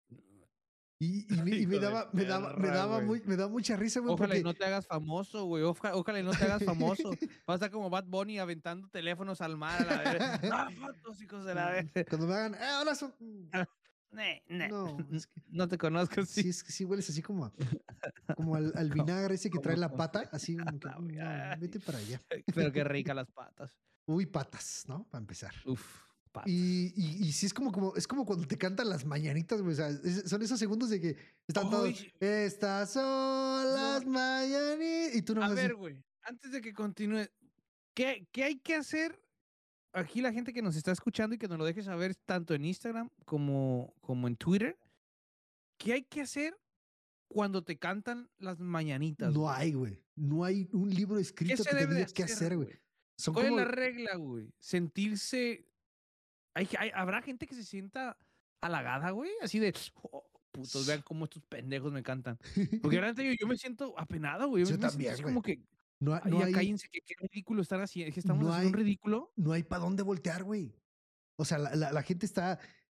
Y, y, me, y me Hijo de daba, me daba, me perra, daba, güey. muy, me daba mucha risa, güey, Ojalá y porque no te hagas famoso, güey. Oja- Ojalá y no te hagas famoso. Vas a estar como Bad Bunny aventando teléfonos al mar a la vez. No, fotos, hijos de la vez. cuando me hagan, ah, hola, son... Ne, ne. No, es que No te conozco, sí, sí. es que sí hueles así como, a- como al, al vinagre ese que trae Como la con- pata, así como que, La "Mm, no, ay. vete para allá. Pero qué rica las patas. Uy, patas, ¿no? Para empezar. Uf, patas. Y, y, y sí es como, como, es como cuando te cantan las mañanitas, güey. O sea, es- son esos segundos de que están Ay, todos, sí. estas son las Son- mañanitas. Y tú no A vas ver, güey, antes de que continúe, ¿qué, qué hay que hacer? Aquí la gente que nos está escuchando y que nos lo deje saber tanto en Instagram como, como en Twitter. ¿qué hay que hacer cuando te cantan las mañanitas? No güey? hay, güey. No hay un libro ¿Qué escrito se que te debe de diga qué hacer, hacer, güey. güey? Son ¿Cuál como... es la regla, güey? Sentirse... Hay, hay- ¿Habrá gente que se sienta halagada, güey? Así de, "Oh, putos, vean cómo estos pendejos me cantan". Porque realmente yo, yo me siento apenado, güey. Yo Yo me siento también, así güey. como que, No, ha- "Ay, no ya hay, cállense, que qué ridículo están haciendo. Es que estamos no haciendo un hay, ridículo". no hay para dónde voltear, güey. O sea, la, la- la gente está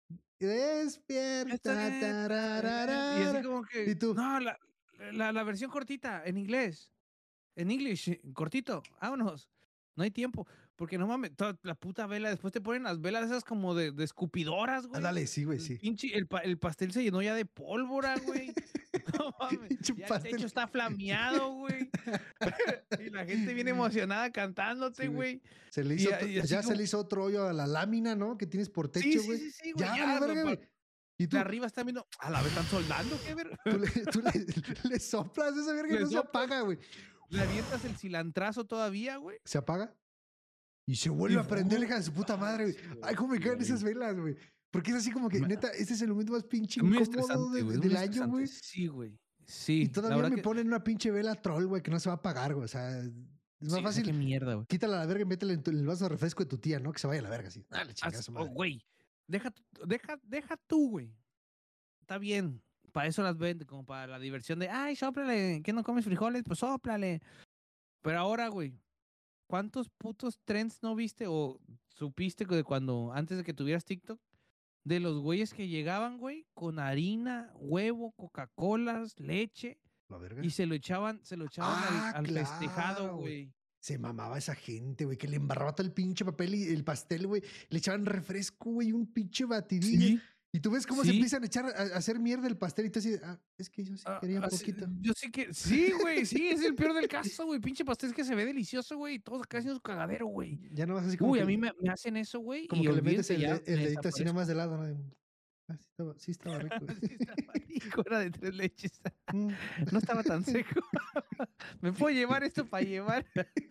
despierta, Despierta, y así tarararara, como y que, tú, no, la, la, la versión cortita, en inglés, en English, cortito, vámonos. No hay tiempo, porque no mames, toda la puta vela, después te ponen las velas esas como de, de escupidoras, güey. ándale, sí, güey, El sí. pinche, el, pa- el pastel se llenó ya de pólvora, güey. No mames, Pinche ya el pastel. techo está flameado, güey. Y la gente viene emocionada cantándote, Sí, güey. güey. Se le Y, hizo, a- otro- y así ya se como, le hizo otro hoyo a la lámina, ¿no? Que tienes por sí, techo, sí, güey. sí, sí, güey, Ya, ya, vale, pa- verga, pa- güey. Y de tú, arriba están viendo, a la vez están soldando, ¿qué ver? tú, le, tú le, le soplas esa verga y Le no se soplas. apaga, güey. Le avientas el cilantrazo todavía, güey. Se apaga y se vuelve Y a prender, ¡fu! hija de su puta Ay, madre, güey. sí, güey, Ay, cómo me sí, caen güey. esas velas, güey. Porque es así como que, Me- neta, este es el momento más pinche Es muy incómodo estresante, de- güey. Es del muy año, estresante. güey. Sí, güey. Y Sí, la todavía verdad me que ponen una pinche vela troll, güey, que no se va a apagar, güey. O sea, es más sí, o sea, qué fácil. mierda, güey. Quítala a la verga y métele en tu- en el vaso de refresco de tu tía, ¿no? Que se vaya a la verga, así. Dale, chingada Haz- su oh, madre. güey, deja, tu- deja, deja tú, güey. Está bien. Para eso las venden, como para la diversión de, ay, sóplale, ¿qué no comes frijoles? Pues sóplale. Pero ahora, güey, ¿cuántos putos trends no viste o supiste que de cuando, antes de que tuvieras TikTok, de los güeyes que llegaban, güey, con harina, huevo, Coca-Colas, leche, La verga. y se lo echaban, se lo echaban Ah, al, al festejado, claro, güey. güey. Se mamaba esa gente, güey, que le embarraba todo el pinche papel y el pastel, güey. Le echaban refresco, güey, y un pinche batidillo. Sí, Y tú ves cómo se sí. empiezan a echar a, a hacer mierda el pastel y tú así, de, ah, es que yo sí Ah, quería así- poquito. yo sí que, sí, güey, sí, es el peor del caso, güey. Pinche pastel que se ve delicioso, güey. y Todos acá haciendo su cagadero, güey. Ya no vas así como Uy, que, a mí me, me hacen eso, güey. como y que le metes olvídense, el, ya de- el me dedito así nada más desaparezco. de lado, ¿no? De, ah, sí estaba, sí estaba rico. Sí, estaba rico, era de tres leches. Mm. No estaba tan seco. ¿Me puedo llevar esto para llevar?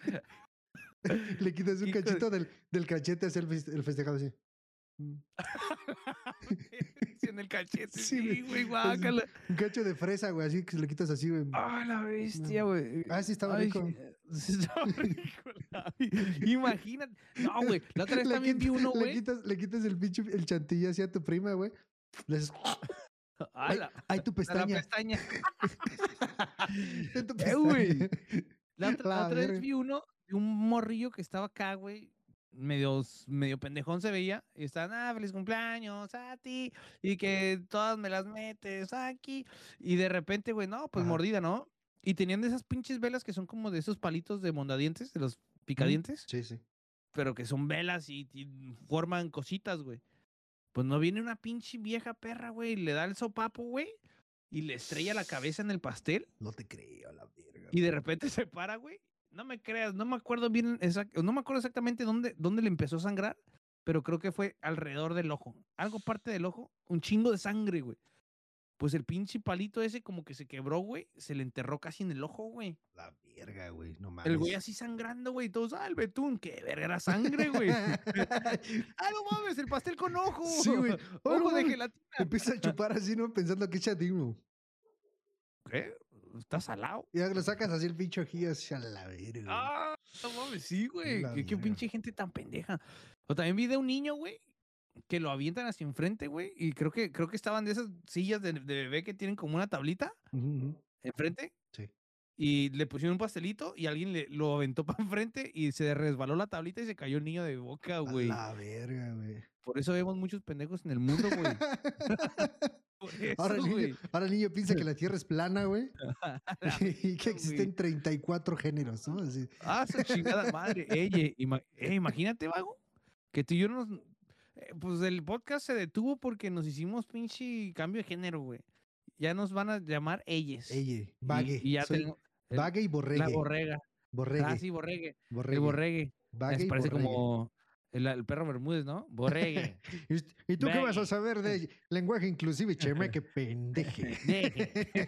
Le quitas un Hijo de- cachito del, del cachete hacia el, feste- el festejado así. Mm. Sí, en el cachete, Sí, sí, güey. güey, Es guácala. un cacho de fresa, güey, así que se le quitas así, güey. Ah, la bestia, güey. Ah, sí estaba Ay, rico. sí estaba rico. la- Imagínate. No, güey. La otra vez Le también vi quitas- uno, le güey. quitas, le quitas el pinche, el chantilly hacia tu prima, güey. Le haces, Ah, ay, la, ay, tu la pestaña. pestaña. En tu Eh, güey. pestaña. La otra, la La otra vez verga. vi uno de un morrillo que estaba acá, güey. Medio, medio pendejón se veía. Y estaban, ah, feliz cumpleaños a ti. Y que todas me las metes aquí. Y de repente, güey, no, pues Ajá. mordida, ¿no? Y tenían de esas pinches velas que son como de esos palitos de mondadientes, de los picadientes. Sí, sí. Pero que son velas y, y forman cositas, güey. Pues no viene una pinche vieja perra, güey, y le da el sopapo, güey, y le estrella la cabeza en el pastel, No te creo, la verga. y de repente se para, güey. No me creas, no me acuerdo bien, exact- no me acuerdo exactamente dónde, dónde le empezó a sangrar, pero creo que fue alrededor del ojo. Algo parte del ojo, un chingo de sangre, güey. Pues el pinche palito ese como que se quebró, güey, se le enterró casi en el ojo, güey. La verga, güey. No mames. El güey así sangrando, güey, y todos, ah, el betún, qué verga era sangre, güey. Ah, no mames, el pastel con ojo. Sí, güey. Oh, no Ojo de mames. gelatina. Empieza a chupar así, ¿no? Pensando que es chadino. ¿Qué? Está salado. Y ya lo sacas así el pinche ojillo hacia la verga. Ah, no mames, sí, güey. La Qué, qué verga. pinche gente tan pendeja. O también vi de un niño, güey, que lo avientan hacia enfrente, güey. Y creo que, creo que estaban de esas sillas de, de bebé que tienen como una tablita Ujú, ujú. enfrente. Sí. Y le pusieron un pastelito y alguien le, lo aventó para enfrente y se resbaló la tablita y se cayó el niño de boca, A güey. la verga, güey. Por eso vemos muchos pendejos en el mundo, güey. Por Ahora el, eso, niño, güey. ahora el niño piensa que la Tierra es plana, güey. Y que güey. existen treinta y cuatro géneros, ¿no? Así. Ah, su chingada madre. Eye, ima- eh, imagínate, vago, que tú y yo nos... eh, pues el podcast se detuvo porque nos hicimos pinche cambio de género, güey. Ya nos van a llamar ellas. Ella, Y- vague. Y, ya Soy tenemos el- vague y borregue. la borrega. Borregue. Ah, sí, borregue. borregue. El borregue. Vague Me y parece borregue. como el, el perro Bermúdez, ¿no? Borregue. ¿Y ust- ¿Y tú qué vas a Vague. saber de lenguaje inclusive, cheme? Que pendeje. Pendeje.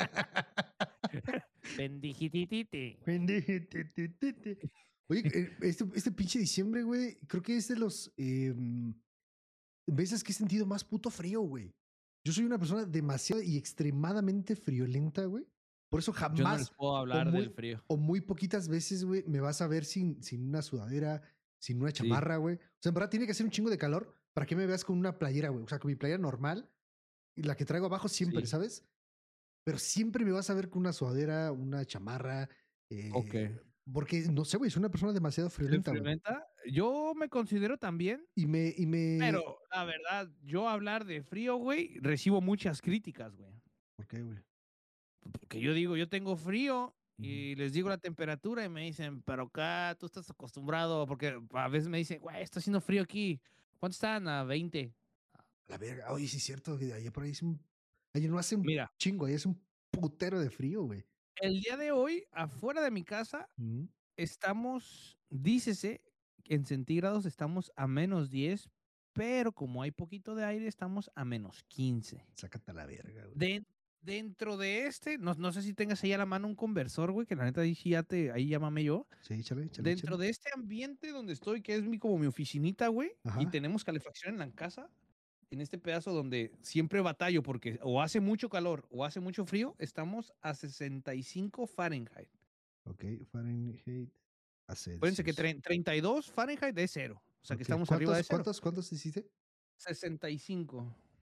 Pendijititite. Pendeje. ti, ti, ti, ti. Oye, eh, este, este pinche diciembre, güey, creo que es de los em, veces que he sentido más puto frío, güey. Yo soy una persona demasiado y extremadamente friolenta, güey. Por eso Yo no jamás les puedo hablar muy, del frío. o muy poquitas veces, güey, me vas a ver sin, sin una sudadera, sin una Sí. chamarra, güey. O sea, en verdad tiene que hacer un chingo de calor para que me veas con una playera, güey. O sea, con mi playera normal y la que traigo abajo siempre, Sí. ¿sabes? Pero siempre me vas a ver con una sudadera, una chamarra. Eh, Ok. Porque, no sé, güey, soy una persona demasiado ¿Eres friolenta, güey. friolenta? Yo me considero también, Y me, y me... pero la verdad, yo hablar de frío, güey, recibo muchas críticas, güey. ¿Por qué, güey? Porque yo digo, yo tengo frío Ujú. y les digo la temperatura y me dicen, pero acá tú estás acostumbrado, porque a veces me dicen, güey, está haciendo frío aquí. ¿Cuánto están? A veinte. La verga. Oye, sí es cierto. Que allá por ahí es un... Allá no hace un Mira, chingo, allá es un putero de frío, güey. el día de hoy, afuera de mi casa, Ujú. estamos, dícese, en centígrados estamos a menos diez, pero como hay poquito de aire, estamos a menos quince. Sácate a la verga, güey. De- dentro de este, no, no sé si tengas ahí a la mano un conversor, güey, que la neta ahí sí ya te, ahí llámame yo. Sí, échale, échale, Dentro échale. de este ambiente donde estoy, que es mi, como mi oficinita, güey, y Ajá. tenemos calefacción en la casa, en este pedazo donde siempre batallo porque o hace mucho calor o hace mucho frío, estamos a sesenta y cinco Fahrenheit. Ok, Fahrenheit a Acuérdense que Celsius. tre- treinta y dos Fahrenheit es cero. O sea que Ok, estamos arriba de ¿Cuántos, cero. cuántos, cuántos hiciste? sesenta y cinco.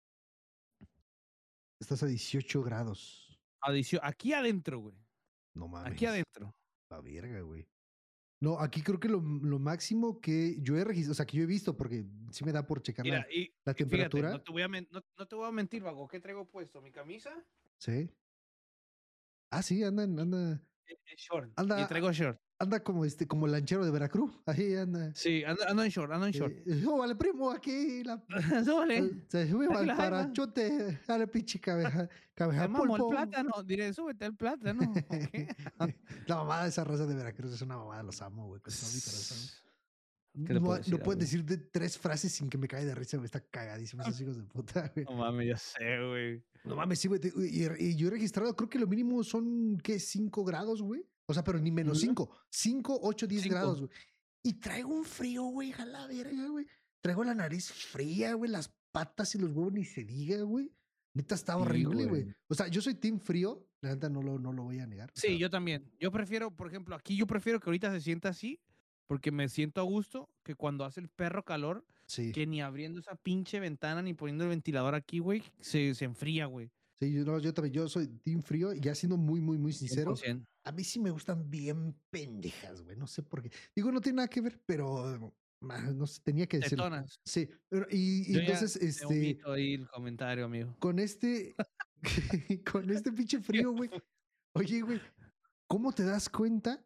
Estás a dieciocho grados. Adicio- aquí adentro, güey. No mames. Aquí adentro. La verga, güey. No, aquí creo que lo, lo máximo que yo he registrado, o sea, que yo he visto, porque sí me da por checar Mira, la, y, la y fíjate, temperatura. no te, voy a men- no, no te voy a mentir, vago. ¿Qué traigo puesto? ¿Mi camisa? Sí. Ah, sí, anda, anda, En, en short. anda, Y traigo short. anda como este, como lanchero de Veracruz. Ahí anda. Sí, ando, ando en short, ando en short. Eh, súbale, primo, aquí. La, Súbale. al- se sube Aquí al la jaiba. parachote a la pinche cabeza, cabeza Te mamo el pulpo. plátano. Diré, súbete el plátano. ¿Ok? La mamada de esa raza de Veracruz es una mamada, los amo, güey, con todo mi corazón. ¿Qué le No, puedo no decir, pueden amigo? decir de tres frases sin que me caiga de risa, güey. Está cagadísimo esos hijos de puta, güey. No mames, ya sé, güey. No mames, sí, güey. te- Y, y yo he registrado, creo que lo mínimo son, ¿qué? cinco grados, güey. O sea, pero ni menos Ujú. cinco. cinco, ocho, diez Cinco. grados, güey. Y traigo un frío, güey, a la verga, güey. Traigo la nariz fría, güey. Las patas y los huevos ni se diga, güey. Neta, está Sí, horrible, güey. güey. O sea, yo soy team frío. La neta no lo, no lo voy a negar. O Sí, sea, yo también. Yo prefiero, por ejemplo, aquí yo prefiero que ahorita se sienta así, porque me siento a gusto, que cuando hace el perro calor, sí. que ni abriendo esa pinche ventana ni poniendo el ventilador aquí, güey, se, se enfría, güey. Sí, yo, no, yo también, yo soy team frío y ya siendo muy, muy, muy sincero, cien por ciento. a mí sí me gustan bien pendejas, güey. No sé por qué. Digo, no tiene nada que ver, pero ma, no sé, tenía que decirlo. Tetonas. Sí, pero, y, y Yo ya entonces, te este, omito ahí el comentario, amigo. con este, con este pinche frío, güey. Oye, güey, ¿cómo te das cuenta?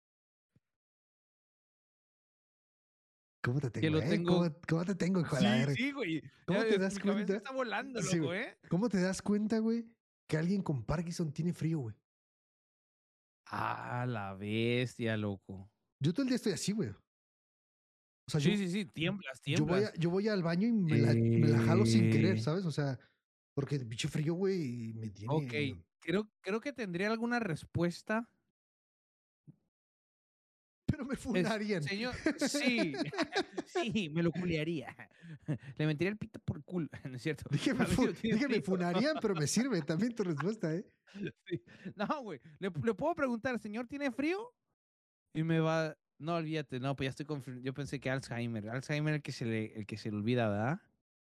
¿Cómo te tengo, Que lo eh? tengo. ¿Cómo, cómo te tengo, hijo de Sí, la verga? sí, güey. ¿Cómo Ya te ves, das mi cabeza cuenta? está volando, Sí, loco, güey. ¿eh? ¿Cómo te das cuenta, güey, que alguien con Parkinson tiene frío, güey? Ah, la bestia, loco. Yo todo el día estoy así, güey. O sea, Sí, yo, sí, sí, tiemblas, yo, voy tiemblas. a, yo voy al baño y me la, me la jalo sin querer, Eh, ¿sabes? O sea, porque el pinche frío, güey, me tiene... Ok, creo, creo que tendría alguna respuesta. Pero me Es, funarían. señor, sí, sí, me lo culiaría. Le metería el pito por el culo, ¿no es cierto? Dije, me, A ver fu- si lo tiene dije, me frío. funarían, pero me sirve también tu respuesta, ¿eh? Sí. No, güey, le, le puedo preguntar, ¿señor tiene frío? Y me va, no, olvídate, no, pues ya estoy confundido. Yo pensé que Alzheimer, Alzheimer el que se le, el que se le olvida, ¿verdad?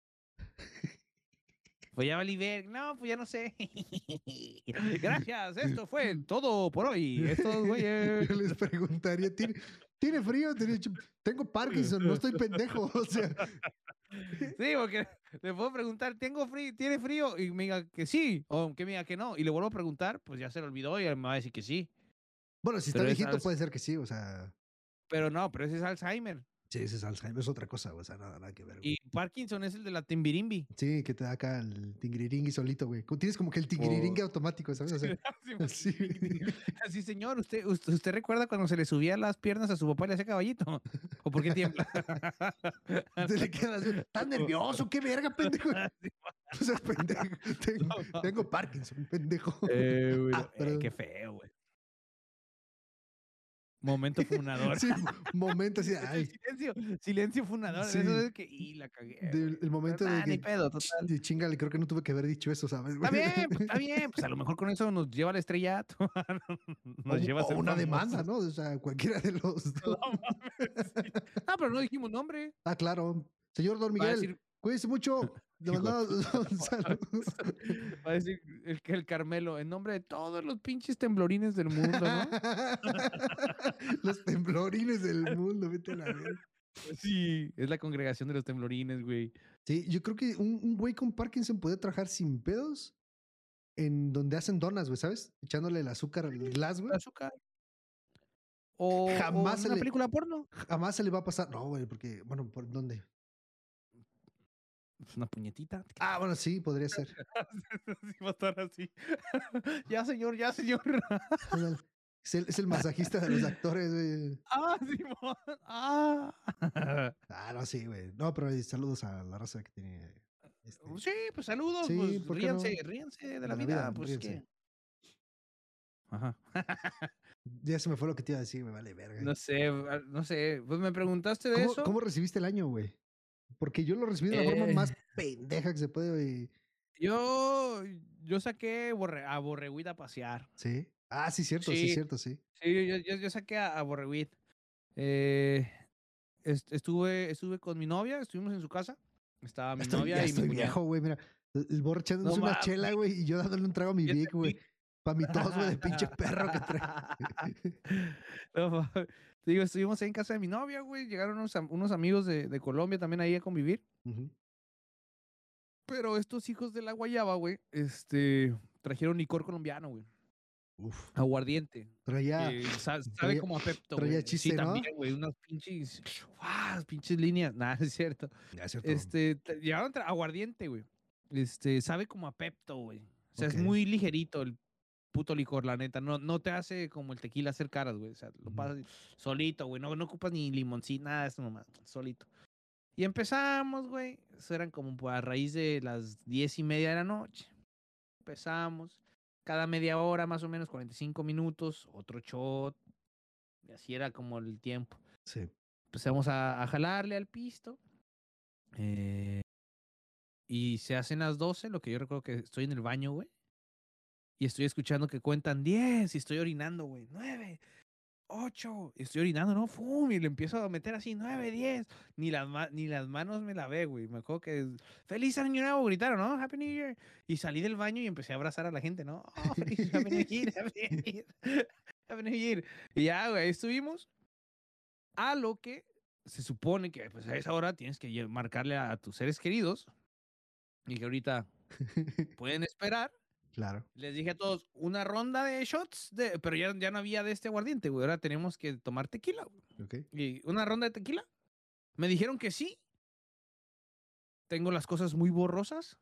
Pues ya valí ver, no, pues ya no sé. Gracias, esto fue todo por hoy. Estos güeyes. Yo les preguntaría, ¿tiene, ¿tiene frío? ¿Tiene ch- Tengo Parkinson, no estoy pendejo. O sea, Sí, porque le puedo preguntar, ¿tengo frío? ¿Tiene frío? Y me diga que sí, o que me diga que no. Y le vuelvo a preguntar, pues ya se le olvidó y él me va a decir que sí. bueno, si está Pero es viejito Alz- puede ser que sí, o sea, Pero no, pero ese es Alzheimer. sí, ese es Alzheimer, es otra cosa, o sea, nada, nada que ver, güey. Y Parkinson es el de la timbirimbi. Sí, que te da acá el tingiriringui solito, güey. Como- Tienes como que el tingiriringui automático, ¿sabes? O sea, Sí, sí. Así, señor, ¿usted, usted, ¿usted recuerda cuando se le subía las piernas a su papá y le hacía caballito? ¿O por qué tiembla? Se le queda así, ¿estás nervioso? ¿Qué verga, pendejo? O sea, pendejo. Tengo, tengo Parkinson, pendejo. Eh, güey, Ah, eh, perdón. qué feo, güey. Momento funador. Sí, momento así, ay, silencio, silencio funador. Sí. Eso es que, y la cagué. del- güey. el momento Pero de nah, ni que, pedo, total. de chingale, creo que no tuve que haber dicho eso, ¿sabes? Está bien, pues está bien. Pues a lo mejor con eso nos lleva al estrellato. O, Nos lleva a o ser una demanda, famosos. ¿no? O sea, cualquiera de los dos. No mames, sí. Ah, pero no dijimos nombre. Ah, claro. Señor Don Va a Miguel, decir, cuídese mucho. Le hijo de mandamos puta, un saludo. va a decir el, que el Carmelo, en nombre de todos los pinches temblorines del mundo, ¿no? Los temblorines del mundo, vete a la verga. Sí, es la congregación de los temblorines, güey. Sí, yo creo que un, un güey con Parkinson puede trabajar sin pedos en donde hacen donas, güey, ¿sabes? Echándole el azúcar al glass, güey. Azúcar. O, o Jamás en se una le- película porno. Jamás se le va a pasar. No, güey, porque, bueno, ¿por dónde? Pues una puñetita. Ah, bueno, sí, podría ser. Sí, va a estar así. Ya, señor, ya, señor. Ándale. Es el, es el masajista de los actores, güey. Ah, Simón. Ah. Ah, no, sí, güey. No, pero eh, saludos a la raza que tiene. Este, Sí, pues saludos, Sí, pues ¿por qué ríanse, no? ríanse de De la la vida, vida, pues ríanse. qué. Ajá. Ya se me fue lo que te iba a decir, me vale verga. No sé, ah, no sé. Pues me preguntaste de ¿Cómo, eso. cómo recibiste el año, güey? Porque yo lo recibí de la forma Eh, más pendeja que se puede, güey. yo, yo saqué borre- a Borreguit a pasear. ¿Sí? Ah, sí, cierto, sí, Sí, cierto, sí. sí, yo, yo, yo saqué a, a Borreguit. Eh, est- estuve, estuve con mi novia, estuvimos en su casa. Estaba mi Estoy, ya novia y mi estoy cuñado. viejo, güey, mira. El el borro echándose No una mames. chela, güey, y yo dándole un trago a mi Ya Vic, güey. entendí. Para mi tos, güey, de pinche perro que trae. No mames. Te digo, estuvimos ahí en casa de mi novia, güey. Llegaron unos, am- unos amigos de, de Colombia también ahí a convivir. Ujú. Pero estos hijos de la guayaba, güey, este, trajeron licor colombiano, güey. Uf. Aguardiente. Traía, Que sa- sabe traía, como a Pepto, traía güey. Sí, chiste, ¿no? también, güey. Unas pinches, ¡guau! Pinches líneas. Nada, es cierto. Ya es cierto. Este, tra- llevaron tra- aguardiente, güey. Este, sabe como a Pepto, güey. O sea, Ok. es muy ligerito el puto licor, la neta. No, no te hace como el tequila hacer caras, güey. O sea, lo Ujú. pasas solito, güey. No, no ocupas ni limoncito, nada de eso nomás. Solito. Y empezamos, güey. Eso eran como pues, a raíz de las diez y media de la noche. Empezamos. Cada media hora, más o menos, cuarenta y cinco minutos, otro shot. Y así era como el tiempo. Sí. Empezamos a, a jalarle al pisto. Eh, y se hacen las doce, lo que yo recuerdo que estoy en el baño, güey. Y estoy escuchando que cuentan diez y estoy orinando, güey. nueve, ocho. Y estoy orinando, ¿no? ¡Fum! Y le empiezo a meter así, nueve, diez. Ni las, ma- ni las manos me lavé, güey. Me acuerdo que ¡Feliz Año Nuevo! Gritaron, ¿no? ¡Happy New Year! Y salí del baño y empecé a abrazar a la gente, ¿no? ¡Oh, feliz Happy New Year! ¡Happy New Year! ¡Happy New Year! Y ya, güey, ahí estuvimos. A lo que se supone que pues, a esa hora tienes que lle- marcarle a, a tus seres queridos. Y que ahorita pueden esperar. Claro. Les dije a todos, una ronda de shots, de, pero ya, ya no había de este aguardiente, güey. Ahora tenemos que tomar tequila, güey. Ok. Y una ronda de tequila. Me dijeron que sí. Tengo las cosas muy borrosas.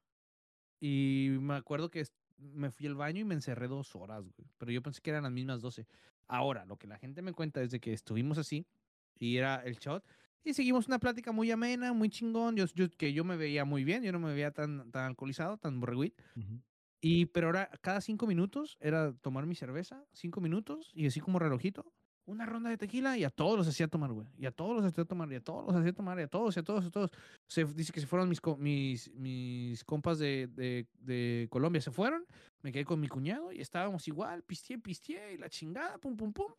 Y me acuerdo que est- me fui al baño y me encerré dos horas, güey. Pero yo pensé que eran las mismas doce. Ahora, lo que la gente me cuenta es de que estuvimos así. Y era el shot. Y seguimos una plática muy amena, muy chingón. Yo, yo- que yo me veía muy bien. Yo no me veía tan, tan alcoholizado, tan borreguit. Ujú. Y, pero ahora, cada cinco minutos era tomar mi cerveza, cinco minutos, y así como relojito, una ronda de tequila, y a todos los hacía tomar, güey. Y a todos los hacía tomar, y a todos los hacía tomar, y a todos, y a todos, y a todos. Se, dice que se fueron mis, co- mis, mis compas de, de, de Colombia, se fueron, me quedé con mi cuñado, y estábamos igual, pisteé, pisteé, y la chingada, pum, pum, pum.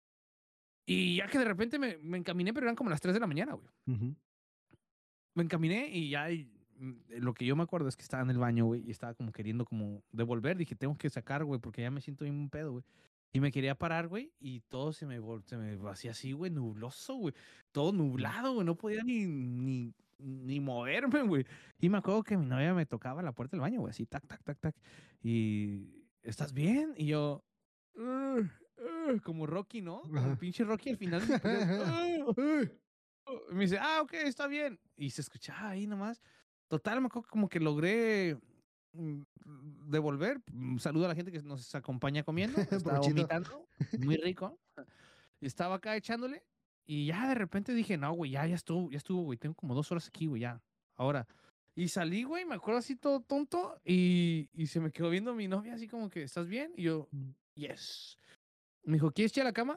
Y ya que de repente me, me encaminé, pero eran como las tres de la mañana, güey. Ujú. Me encaminé y ya y, mm, lo que yo me acuerdo es que estaba en el baño, güey, y estaba como queriendo como devolver. Dije, tengo que sacar, güey, porque ya me siento bien un pedo, güey. Y me quería parar, güey, y todo se me, vol- se me hacía así, güey, nubloso, güey. Todo nublado, güey, no podía ni, ni, ni moverme, güey. Y me acuerdo que mi novia me tocaba la puerta del baño, güey, así, tac, tac, tac, tac. Y, ¿estás bien? Y yo, "Ugh, ugh", como Rocky, ¿no? Como el Ajá. pinche Rocky al final. del episodio, "Ugh". Me dice, ah, ok, está bien. Y se escuchaba ahí nomás. Total, me acuerdo que como que logré mm, devolver. Un saludo a la gente que nos acompaña comiendo. Estaba Provechito. vomitando. Muy rico. Estaba acá echándole. Y ya de repente dije, no, güey, ya, ya estuvo, ya estuvo, güey. Tengo como dos horas aquí, güey, ya. Ahora. Y salí, güey, me acuerdo así todo tonto. Y, y se me quedó viendo mi novia así como que, ¿estás bien? Y yo, Mm. yes. Me dijo, ¿quieres ir a la cama?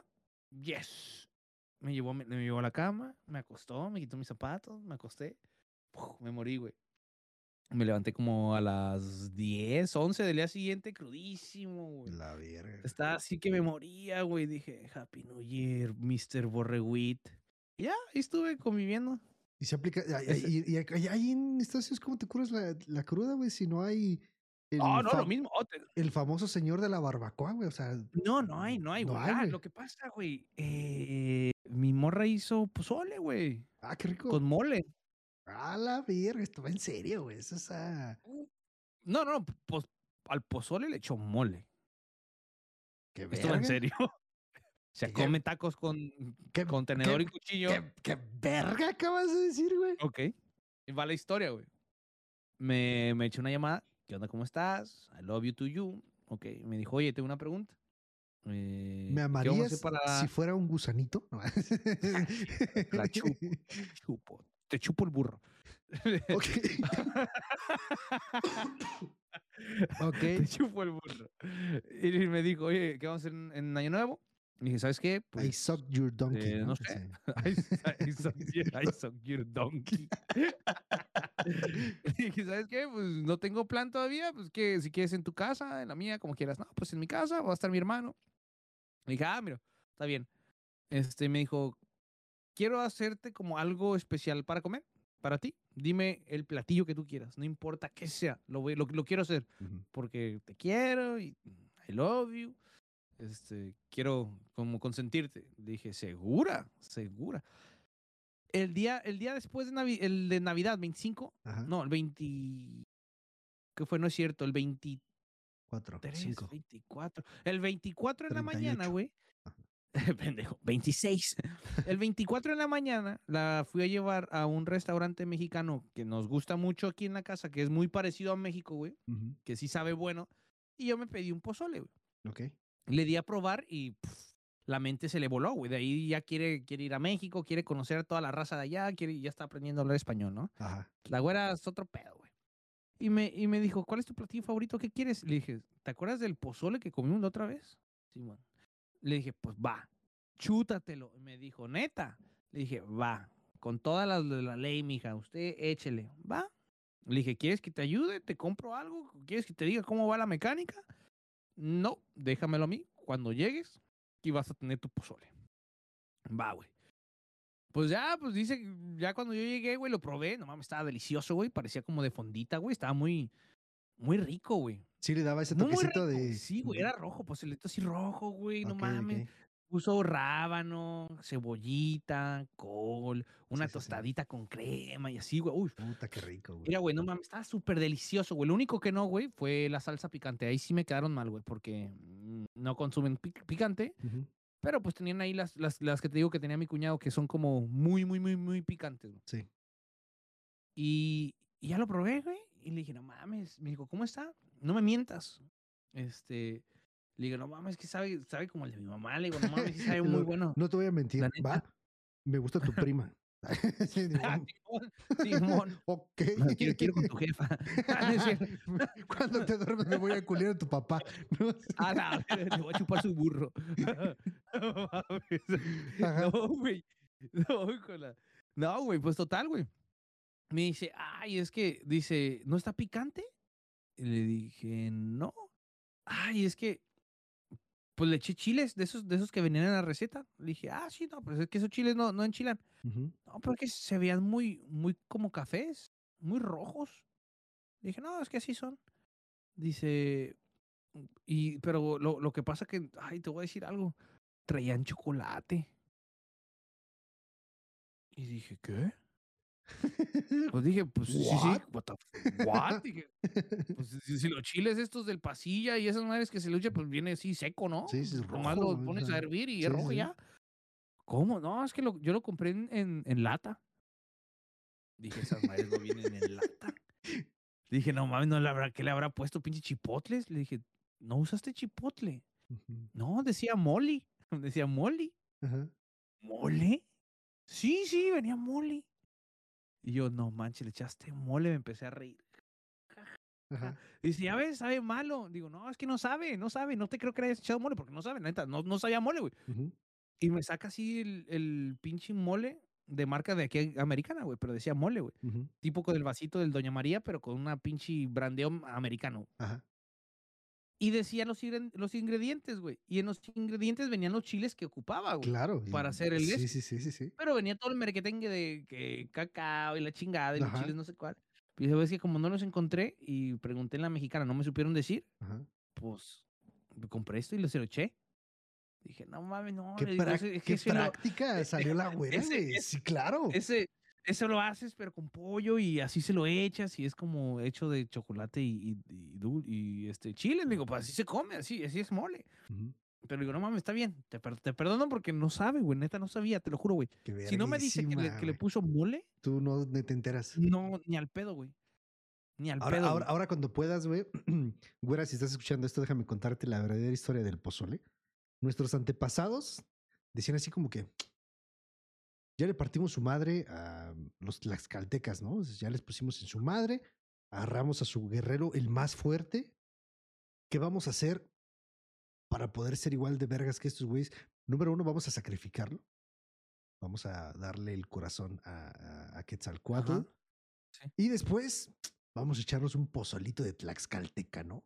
yes. Me llevó, me, me llevó a la cama, me acostó, me quitó mis zapatos, me acosté. Puf, me morí, güey. Me levanté como a las diez, once del día siguiente, crudísimo, güey. La verga. Estaba así que me moría, güey. Dije, Happy New Year, mister Borreguit. Y ya, ahí estuve conviviendo. Y se aplica. Y, Ese- y, y, y ahí en Estados Unidos, ¿cómo te curas la, la cruda, güey? Si no hay el, No, no, lo fam- mismo. Oh, te- el famoso señor de la barbacoa, güey. O sea, No, no hay, no hay, no güey. hay, Ah, güey. lo que pasa, güey. eh, mi morra hizo pozole, güey. Ah, qué rico. Con mole. Ah, la verga. Esto va en serio, güey. Eso es. ah, No, no, pues al pozole le echó mole. Qué Esto va en verga. serio. Se ¿Qué- come tacos con, qué- con tenedor qué- y cuchillo. ¿Qué, qué verga acabas de decir, güey? Ok. Y va la historia, güey. Me, me echó una llamada. ¿Qué onda? ¿Cómo estás? I love you to you. Ok. Me dijo, oye, tengo una pregunta. Eh, ¿Me ¿qué vamos a amarías hacer para si fuera un gusanito? No. la chupo? Te chupo. Te chupo el burro. Ok. Ok. Te chupo el burro. Y me dijo, oye, ¿qué vamos a hacer en, en Año Nuevo? Y dije, ¿sabes qué? I Pues, sucked your donkey. eh, ¿no? no sé. Sí. I, I suck your, I suck your donkey. Y dije, ¿sabes qué? Pues no tengo plan todavía. Pues que si quieres en tu casa, en la mía, como quieras. No, pues en mi casa va a estar mi hermano. Le dije, ah, mira, está bien. Este me dijo, quiero hacerte como algo especial para comer, para ti. Dime el platillo que tú quieras, no importa qué sea, lo, voy- lo, lo quiero hacer Ujú. porque te quiero y I love you. Este, quiero como consentirte. Le dije, segura, segura. El día, el día después de, Navi- el de Navidad, veinticinco, Ajá. no, el veinte, ¿qué fue? No es cierto, el veintitrés, Cuatro, cinco, veinticuatro. El veinticuatro en la treinta y mañana, ocho. güey. Ajá. Pendejo, veintiséis. El veinticuatro en la mañana la fui a llevar a un restaurante mexicano que nos gusta mucho aquí en la casa, que es muy parecido a México, güey, Ujú. que sí sabe bueno. Y yo me pedí un pozole, güey. Ok. Le di a probar y pf, la mente se le voló, güey. De ahí ya quiere, quiere ir a México, quiere conocer a toda la raza de allá, quiere, ya está aprendiendo a hablar español, ¿no? Ajá. La güera es otro pedo, güey. Y me, y me dijo, ¿cuál es tu platillo favorito? ¿Qué quieres? Le dije, ¿te acuerdas del pozole que comimos la otra vez? Sí, man. Le dije, pues va, chútatelo. Y me dijo, neta. Le dije, va, con todas las de la ley, mija, usted échele, va. Le dije, ¿quieres que te ayude? ¿Te compro algo? ¿Quieres que te diga cómo va la mecánica? No, déjamelo a mí. Cuando llegues, aquí vas a tener tu pozole. Va, güey. Pues ya, pues dice, ya cuando yo llegué, güey, lo probé. No mames, estaba delicioso, güey. Parecía como de fondita, güey. Estaba muy, muy rico, güey. Sí le daba ese Muy, muy toquecito rico, güey. de. Sí, güey, era rojo, pozolito así rojo, güey. No Ok, mames. ok. Puso rábano, cebollita, col, una Sí, sí, sí. tostadita con crema y así, güey. Uy, Puta, qué rico, güey. mira, güey, no mames, estaba súper delicioso, güey. Lo único que no, güey, fue la salsa picante. Ahí sí me quedaron mal, güey, porque mm, no consumen pic- picante. Ujú. Pero pues tenían ahí las, las, las que te digo que tenía mi cuñado, que son como muy, muy, muy, muy picantes, güey. Sí. Y, y ya lo probé, güey. Y le dije, no mames. Me dijo, ¿cómo está? No me mientas. Este, le digo, no mames, que sabe, sabe como el de mi mamá. Le digo, no mames, sí sabe muy Lo- bueno. No te voy a mentir. La neta. Va. Me gusta tu prima. Sí, digo, Ah, Simón, Simón. ok. No, quiero, quiero con tu jefa. Ah, no es cierto. Cuando te duermes me voy a culiar a tu papá. ¿No? Ah, no, le voy a chupar su burro. No mames. Ajá. No, güey. No, híjola. No, güey, pues total, güey. Me dice, ay, es que, dice, ¿no está picante? Y le dije, no. Ay, es que, pues le eché chiles de esos, de esos que venían en la receta. Le dije, ah, sí, no, pues es que esos chiles no, no enchilan. Ujú. No, pero es que se veían muy, muy como cafés, muy rojos. Le dije, no, es que así son. Dice, y, pero lo, lo que pasa que, ay, te voy a decir algo. Traían chocolate. Y dije, ¿qué? Pues dije, pues sí, sí, sí, What? what the f- what? Dije, pues si, si los chiles estos del pasilla y esas madres que se le echa, pues viene así seco, ¿no? Sí, sí, es Nomás rojo, lo o pones sea, a hervir y sí, es sí, rojo sí. ya. ¿Cómo? No, es que lo- yo lo compré en, en, en lata. Dije, esas madres no vienen en lata. Dije, no mames, no le habrá, ¿qué le habrá puesto pinche chipotles? Le dije, ¿no usaste chipotle? Ujú. No, decía molly. Decía molly. Ajá. ¿Mole? Sí, sí, venía molly. Y yo, no manches, le echaste mole, me empecé a reír. Ajá. Dice, ya ves, sabe malo. Digo, no, es que no sabe, no sabe. No te creo que le hayas echado mole porque no sabe, la neta. No, no sabía mole, güey. Ujú. Y me saca así el, el pinche mole de marca de aquí americana, güey, pero decía mole, güey. Ujú. Tipo con el vasito del Doña María, pero con una pinche brandeo americano. Ajá. Y decía los, ingre- los ingredientes, güey. Y en los ingredientes venían los chiles que ocupaba, güey, Claro. y- para hacer el Sí, este. sí, sí, sí, sí. Pero venía todo el merquetengue de que cacao y la chingada y los Ajá. chiles no sé cuál. Y es que como no los encontré y pregunté en la mexicana, no me supieron decir, Ajá. pues me compré esto y lo se lo eché. Dije, no mames, no. Qué, le digo, prac- "Ese- es que qué ese lo, práctica salió la güera, ese, güey. ese, Sí, claro. ese, eso lo haces, pero con pollo y así se lo echas y es como hecho de chocolate y, y, y, dul- y, este chile. Le digo, pues así se come, así, así es mole. Ujú. Pero digo, no mames, está bien. Te, per- te perdono porque no sabe, güey. Neta, no sabía, te lo juro, güey. Qué Si no me dice que le, verguísima, que le güey. puso mole, Tú no ni te enteras. no, ni al pedo, güey. Ni al Ahora, pedo, ahora, güey. ahora cuando puedas, güey, güera, si estás escuchando esto, déjame contarte la verdadera historia del pozole. Nuestros antepasados decían así como que ya le partimos su madre a los tlaxcaltecas, ¿no? Ya les pusimos en su madre, agarramos a su guerrero, el más fuerte. ¿Qué vamos a hacer para poder ser igual de vergas que estos güeyes? Número uno, vamos a sacrificarlo. Vamos a darle el corazón a, a, a Quetzalcóatl. Ajá, sí. Y después vamos a echarnos un pozolito de tlaxcalteca, ¿no?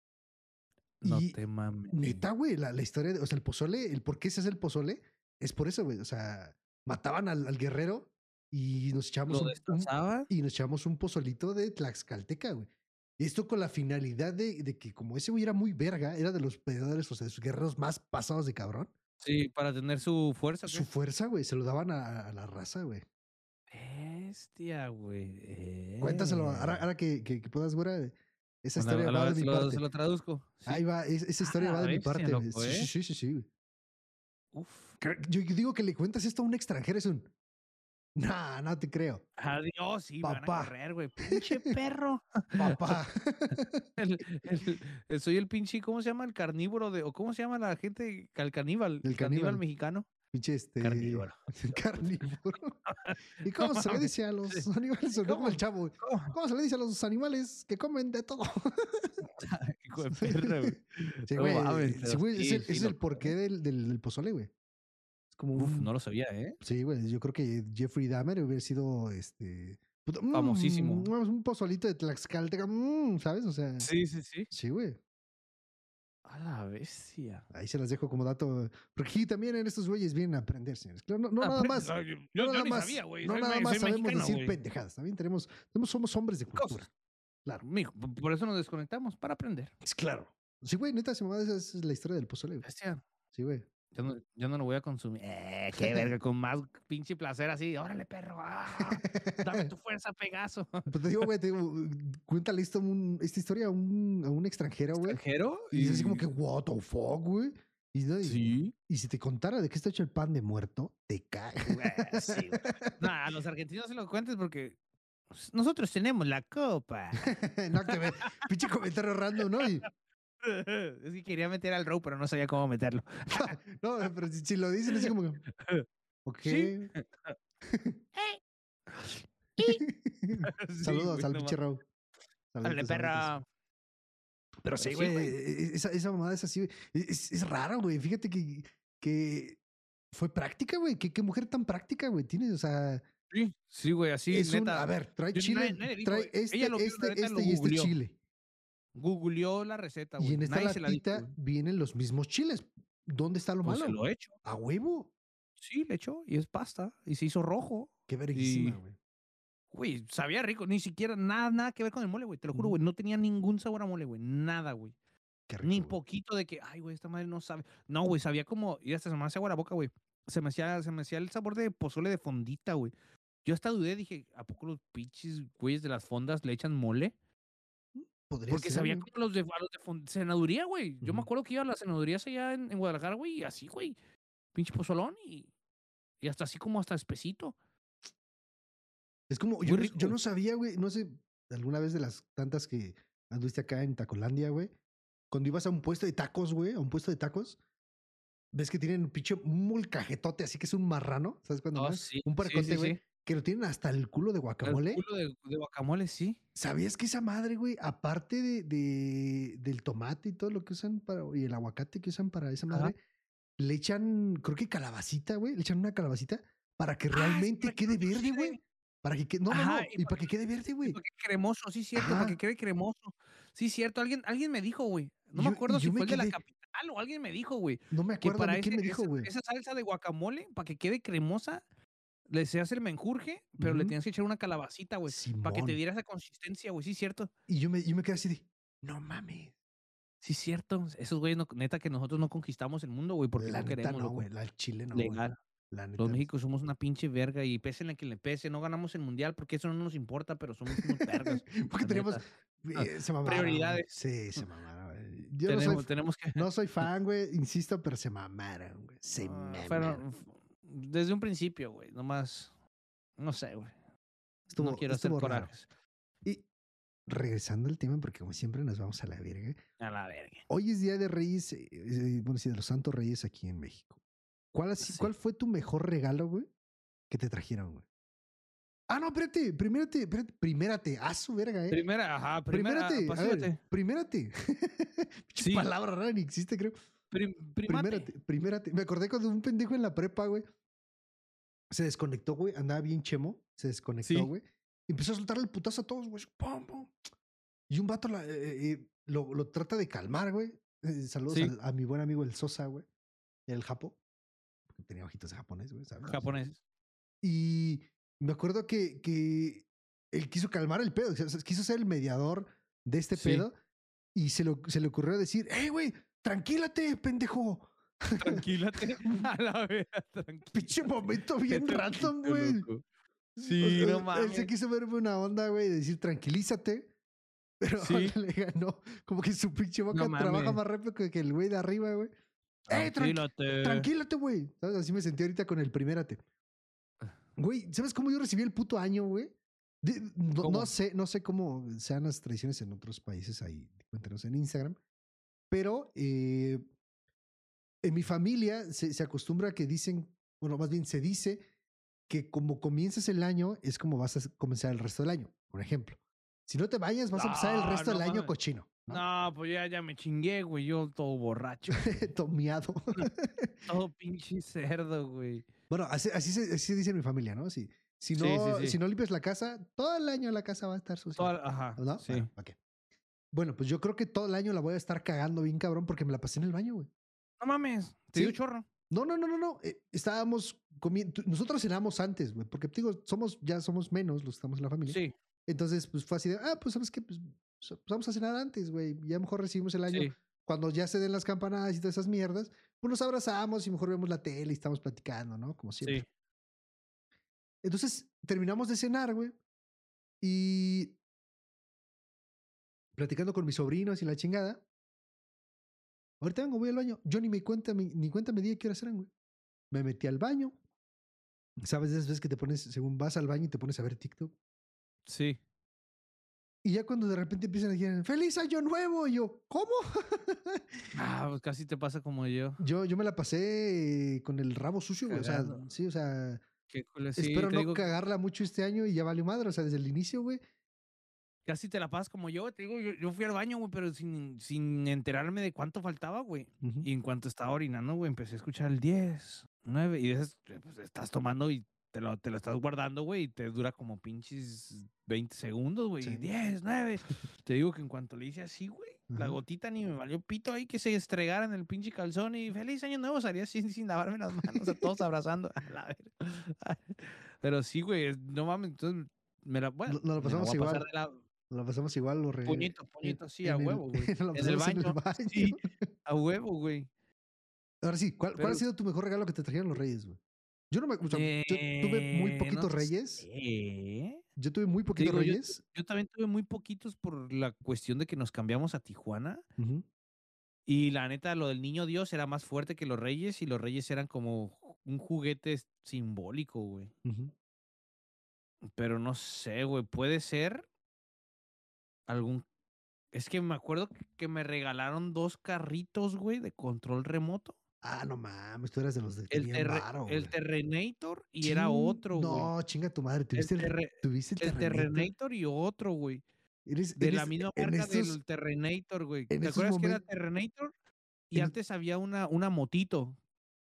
No Y te mames. neta, güey, la, la historia, de, o sea, el pozole, el por qué se hace el pozole, es por eso, güey. O sea, mataban al, al guerrero y nos echamos Lo un, un- destrozaba. y nos echamos un pozolito de tlaxcalteca, güey. Y esto con la finalidad de, de que como ese güey era muy verga, era de los peleadores, o sea, de sus guerreros más pasados de cabrón, Sí, para tener su fuerza. ¿o su qué? fuerza, güey, se lo daban a, a la raza, güey. Bestia, güey. Cuéntaselo, ahora, Eh. ahora que, que, que puedas, güey, esa Bueno, historia a la va de vez mi se lo, parte. se lo traduzco. Ahí Sí. va, es- esa Ah, historia va la de mi bestia, parte, güey. loco, Sí, sí, ¿eh? sí, sí, sí, güey. Uf. Cre- Yo, yo digo que le cuentas esto a un extranjero, es un... Nah, no te creo. Adiós, sí, me van a Papá. correr, güey. Pinche perro. Papá. El- el- el- soy el pinche, ¿cómo se llama? El carnívoro de, o ¿cómo se llama la gente? El caníbal. El El caníbal caníbal. mexicano. Pinche este... Carnívoro. Carnívoro. ¿Y No cómo se le mames. dice a los Sí. animales? No como ¿Cómo? el chavo, güey. ¿Cómo? ¿Cómo se le dice a los animales que comen de todo? Hijo de perra, güey. Sí, No güey. mames, eh, sí, pero güey, es sí, el, sí, es el loco, porqué ¿eh? del, del, del pozole, güey. Es como Uf, un... no lo sabía, ¿eh? Sí, güey. Yo creo que Jeffrey Dahmer hubiera sido este... puta, mm, Famosísimo. un pozolito de Tlaxcalteca, mm, ¿sabes? O sea, Sí, sí, sí. sí, güey. A la bestia. Ahí se las dejo como dato. Porque aquí también en estos güeyes vienen a aprender, señores. Claro, no, no nada Aprende- más. no, yo, No yo nada ni más, sabía, güey. no Soy, nada me- más soy sabemos mexicano, decir güey. pendejadas. También tenemos, tenemos, somos hombres de cultura. Cosas. Claro. Mijo, p- por eso nos desconectamos, para aprender. Es claro. Sí, güey, neta, se me esa es la historia del pozole, güey. Bestia. Sí, güey. Yo no, yo no lo voy a consumir. Eh, qué verga, con más pinche placer así. Órale, perro. ah, dame tu fuerza, Pegaso. Pues te digo, güey, te digo, cuéntale esto, un- esta historia a un, a un extranjero, güey. ¿Extranjero? Y es así como que, what the fuck, güey. Y, no, y- Sí. y si te contara de qué está hecho el pan de muerto, te cae. Güey, sí, güey. Nah, a los argentinos se lo cuentes porque nosotros tenemos la copa. No, que ve, pinche comentario random, ¿no? Y, Es que quería meter al Row, pero no sabía cómo meterlo. no, pero si, si lo dicen así como que, ok. Sí. Sí, Saludos güey, al no pinche mames. Raúl. Órale, Saluditos, perra. saluditos. Pero sí, sí, güey, güey. e- esa, esa mamada es así, güey. Es, es raro, güey. Fíjate que, que fue práctica, güey. ¿Qué, qué mujer tan práctica, güey? Tienes, o sea, Sí, sí, güey, así, es un, neta. a ver, trae Yo- chile, nadie- nadie dijo, trae güey. este, Ella lo vio, la este, neta, este lo y este googleó. chile. Googleó la receta, Y güey. en esta Nadie se la dijo, latita güey. vienen los mismos chiles. ¿Dónde está lo Pues se malo? lo he hecho. A huevo. Sí, le echó y es pasta. Y se hizo rojo. Qué verguísima, Y- güey. Güey, sabía rico. Ni siquiera nada, nada que ver con el mole, güey. Te lo juro, Ujú. güey. No tenía ningún sabor a mole, güey. Nada, güey. Qué rico, Ni güey. poquito de que, ay, güey, esta madre no sabe. No, güey, sabía como, y hasta se me hacía agua la boca, güey. Se me hacía, se me hacía el sabor de pozole de fondita, güey. Yo hasta dudé, dije, ¿a poco los pinches güeyes de las fondas le echan mole? Podría Porque ser, sabía güey. como los de, a los de fond- senaduría, güey. Yo me Ujú. acuerdo que iba a las senadurías allá en, en Guadalajara, güey, y así, güey. Pinche pozolón y, y hasta así como hasta espesito. Es como, Muy yo, no- rico, yo güey. no sabía, güey, no sé, alguna vez de las tantas que anduviste acá en Tacolandia, güey, cuando ibas a un puesto de tacos, güey, a un puesto de tacos, ves que tienen un pinche un molcajetote, así que es un marrano, ¿sabes cuándo? Oh, no? sí, Un sí, parcote, sí, güey, sí. que lo tienen hasta el culo de El guacamole. culo de, de guacamole, sí. ¿Sabías que esa madre, güey, aparte de, de- del tomate y todo lo que usan para, y el aguacate que usan para esa Ajá. madre, le echan, creo que calabacita, güey. Le echan una calabacita para que Ah, sí, realmente para que quede no verde, oxide. güey. Para que quede, no, no, Ajá, no. y Y para para que quede verde, y güey. para que quede cremoso, sí, cierto, para que Ajá. quede cremoso. Sí, cierto, alguien alguien me dijo, güey. No Y me yo, y acuerdo si yo me fue el de la quedé, capital o alguien me dijo, güey, no me que acuerdo a para mí quién ese me dijo, esa güey. esa salsa de guacamole, para que quede cremosa, le se hace el menjurje, pero le Ujú. tienes que echar una calabacita, güey, para que te Simón. diera esa consistencia, güey, sí, cierto. Y yo me, yo me quedé así de, no mames. Sí, cierto. Esos güeyes, no, neta, que nosotros no conquistamos el mundo, güey, porque La no neta queremos, no, loco. güey. La al chile no, güey. Legal. La Los neta. Méxicos somos una pinche verga y pésenle a quien le pese. No ganamos el mundial porque eso no nos importa, pero somos unos vergas. Porque La teníamos, neta. Ah, eh, se mamaron, güey. prioridades. Sí, se mamaron, güey. Yo no soy, Tenemos, tenemos que. no soy fan, güey, insisto, pero se mamaron, güey. Se Ah, mamaron. fueron- f- desde un principio, güey. Nomás. No sé, güey. No Estuvo, quiero hacer estuvo raro. corajes. Y regresando al tema, porque como siempre nos vamos a la verga. A la verga. Hoy es Día de Reyes, eh, eh, bueno, sí, de los Santos Reyes aquí en México. ¿Cuál, así- Sí. ¿Cuál fue tu mejor regalo, güey, que te trajeron, güey? Ah, no, espérate, primérate, espérate, primérate, a su verga, eh. Primera, ajá, primera. Primérate, a ver, Pasívate. primérate. Pinche Sí. palabra rara ni existe, creo. Prim- Primérate, primate. primérate. Me acordé cuando un pendejo en la prepa, güey, se desconectó, güey, andaba bien chemo, se desconectó, Sí. güey, y empezó a soltarle el putazo a todos, güey, pum, pum. Y un vato la- eh, eh, lo, lo trata de calmar, güey. Eh, saludos Sí. al- a mi buen amigo el Sosa, güey, el Japo, porque tenía ojitos de japonés, güey, ¿sabes? Japonés. Y me acuerdo que, que él quiso calmar el pedo, o sea, quiso ser el mediador de este Sí. pedo y se, lo, se le ocurrió decir, hey, güey, tranquílate, pendejo. Tranquilate. A la verga, tranquila. Pinche momento bien Qué random, tremendo, güey. loco. O Sí, sea, no Él mames. se quiso verme una onda, güey, de decir tranquilízate. Pero Sí. le ganó. Como que su pinche boca No trabaja mames. más rápido que, que el güey de arriba, güey. ¡Eh, tranqui- Tranquilate. tranquilate, güey! ¿Sabes? Así me sentí ahorita con el primérate. Güey, ¿sabes cómo yo recibí el puto año, güey? De- No, ¿Cómo? no sé, no sé cómo sean las tradiciones en otros países ahí. Cuéntenos en Instagram. Pero eh, en mi familia se, se acostumbra que dicen, bueno, más bien se dice que como comienzas el año es como vas a comenzar el resto del año. Por ejemplo, si no te bañas, vas a empezar el No, resto no del año mames. cochino. ¿no? No, pues ya, ya me chingué, güey. Yo todo borracho. güey. Tomiado. Todo pinche cerdo, güey. Bueno, así, así, se, así se dice en mi familia, ¿no? Si, si Sí, no, sí, sí. si no limpias la casa, todo el año la casa va a estar sucia. Toda- ajá. ¿No? Sí. Bueno, ok. Bueno, pues yo creo que todo el año la voy a estar cagando bien cabrón porque me la pasé en el baño, güey. No mames. Te dio Sí. chorro. No, no, no, no, no. Eh, estábamos comiendo. Nosotros cenamos antes, güey, porque te digo, somos, ya somos menos los que estamos en la familia. Sí, Entonces, pues fue así de, ah, pues sabes qué, pues, pues vamos a cenar antes, güey. Ya mejor recibimos el año. sí. Cuando ya se den las campanadas y todas esas mierdas, pues nos abrazamos y mejor vemos la tele y estamos platicando, ¿no? Como siempre. Sí. Entonces, terminamos de cenar, güey. Y platicando con mis sobrinos y la chingada. Ahorita vengo, voy al baño. Yo ni me cuenta, ni, ni cuenta me di a qué horas eran, güey. Me metí al baño. ¿Sabes de esas veces que te pones, según vas al baño y te pones a ver TikTok? Sí. Y ya cuando de repente empiezan a decir, ¡Feliz Año Nuevo! Y yo, ¿cómo? Ah, pues casi te pasa como yo. yo, yo me la pasé eh, con el rabo sucio, güey. O sea, Cagando. sí, o sea, Qué culo. Sí, espero te no digo, cagarla mucho este año y ya valió madre. O sea, desde el inicio, güey. casi te la pasas como yo. Te digo, yo, yo fui al baño, güey, pero sin, sin enterarme de cuánto faltaba, güey. Ujú. Y en cuanto estaba orinando, güey, empecé a escuchar el diez, nueve. Y de esas, pues estás tomando y te lo, te lo estás guardando, güey. Y te dura como pinches veinte segundos, güey. Sí. diez, nueve. Te digo que en cuanto le hice así, güey, la Ajá. gotita ni me valió pito ahí que se estregara en el pinche calzón. Y feliz año nuevo, salía así sin lavarme las manos, a todos abrazando. A la verga. Pero sí, güey, no mames. Entonces, me la, bueno, Nos nos lo me la pasamos voy a pasar igual. de la, Nos la pasamos igual. Lo re... Puñito, en- puñito, sí, en a el- huevo, güey. nos la En el pasamos en el baño, baño. sí, a huevo, güey. Ahora sí, ¿cuál, ¿cuál Pero- ha sido tu mejor regalo que te trajeron los Reyes, güey? Yo no me. O sea, yo tuve muy Eh, poquitos no Reyes. sé. Yo tuve muy Te poquitos digo, yo, Reyes. yo también tuve muy poquitos por la cuestión de que nos cambiamos a Tijuana. Ujú. Y la neta, lo del niño Dios era más fuerte que los Reyes. Y los Reyes eran como un juguete simbólico, güey. Ujú. Pero no sé, güey. Puede ser algún. Es que me acuerdo que- que me regalaron dos carritos, güey, de control remoto. Ah, no mames, tú eras de los de que El, tenían terre- varo, el güey. Terrenator y era Chin- otro, güey. No, chinga tu madre. El, ¿Tuviste el, terre- ¿tuviste el, el Terrenator? Terrenator y otro, güey. Eres, De la eres- misma en marca estos, del Terrenator, güey. en ¿Te estos acuerdas que era momentos. Terrenator? Y en- antes había una, una motito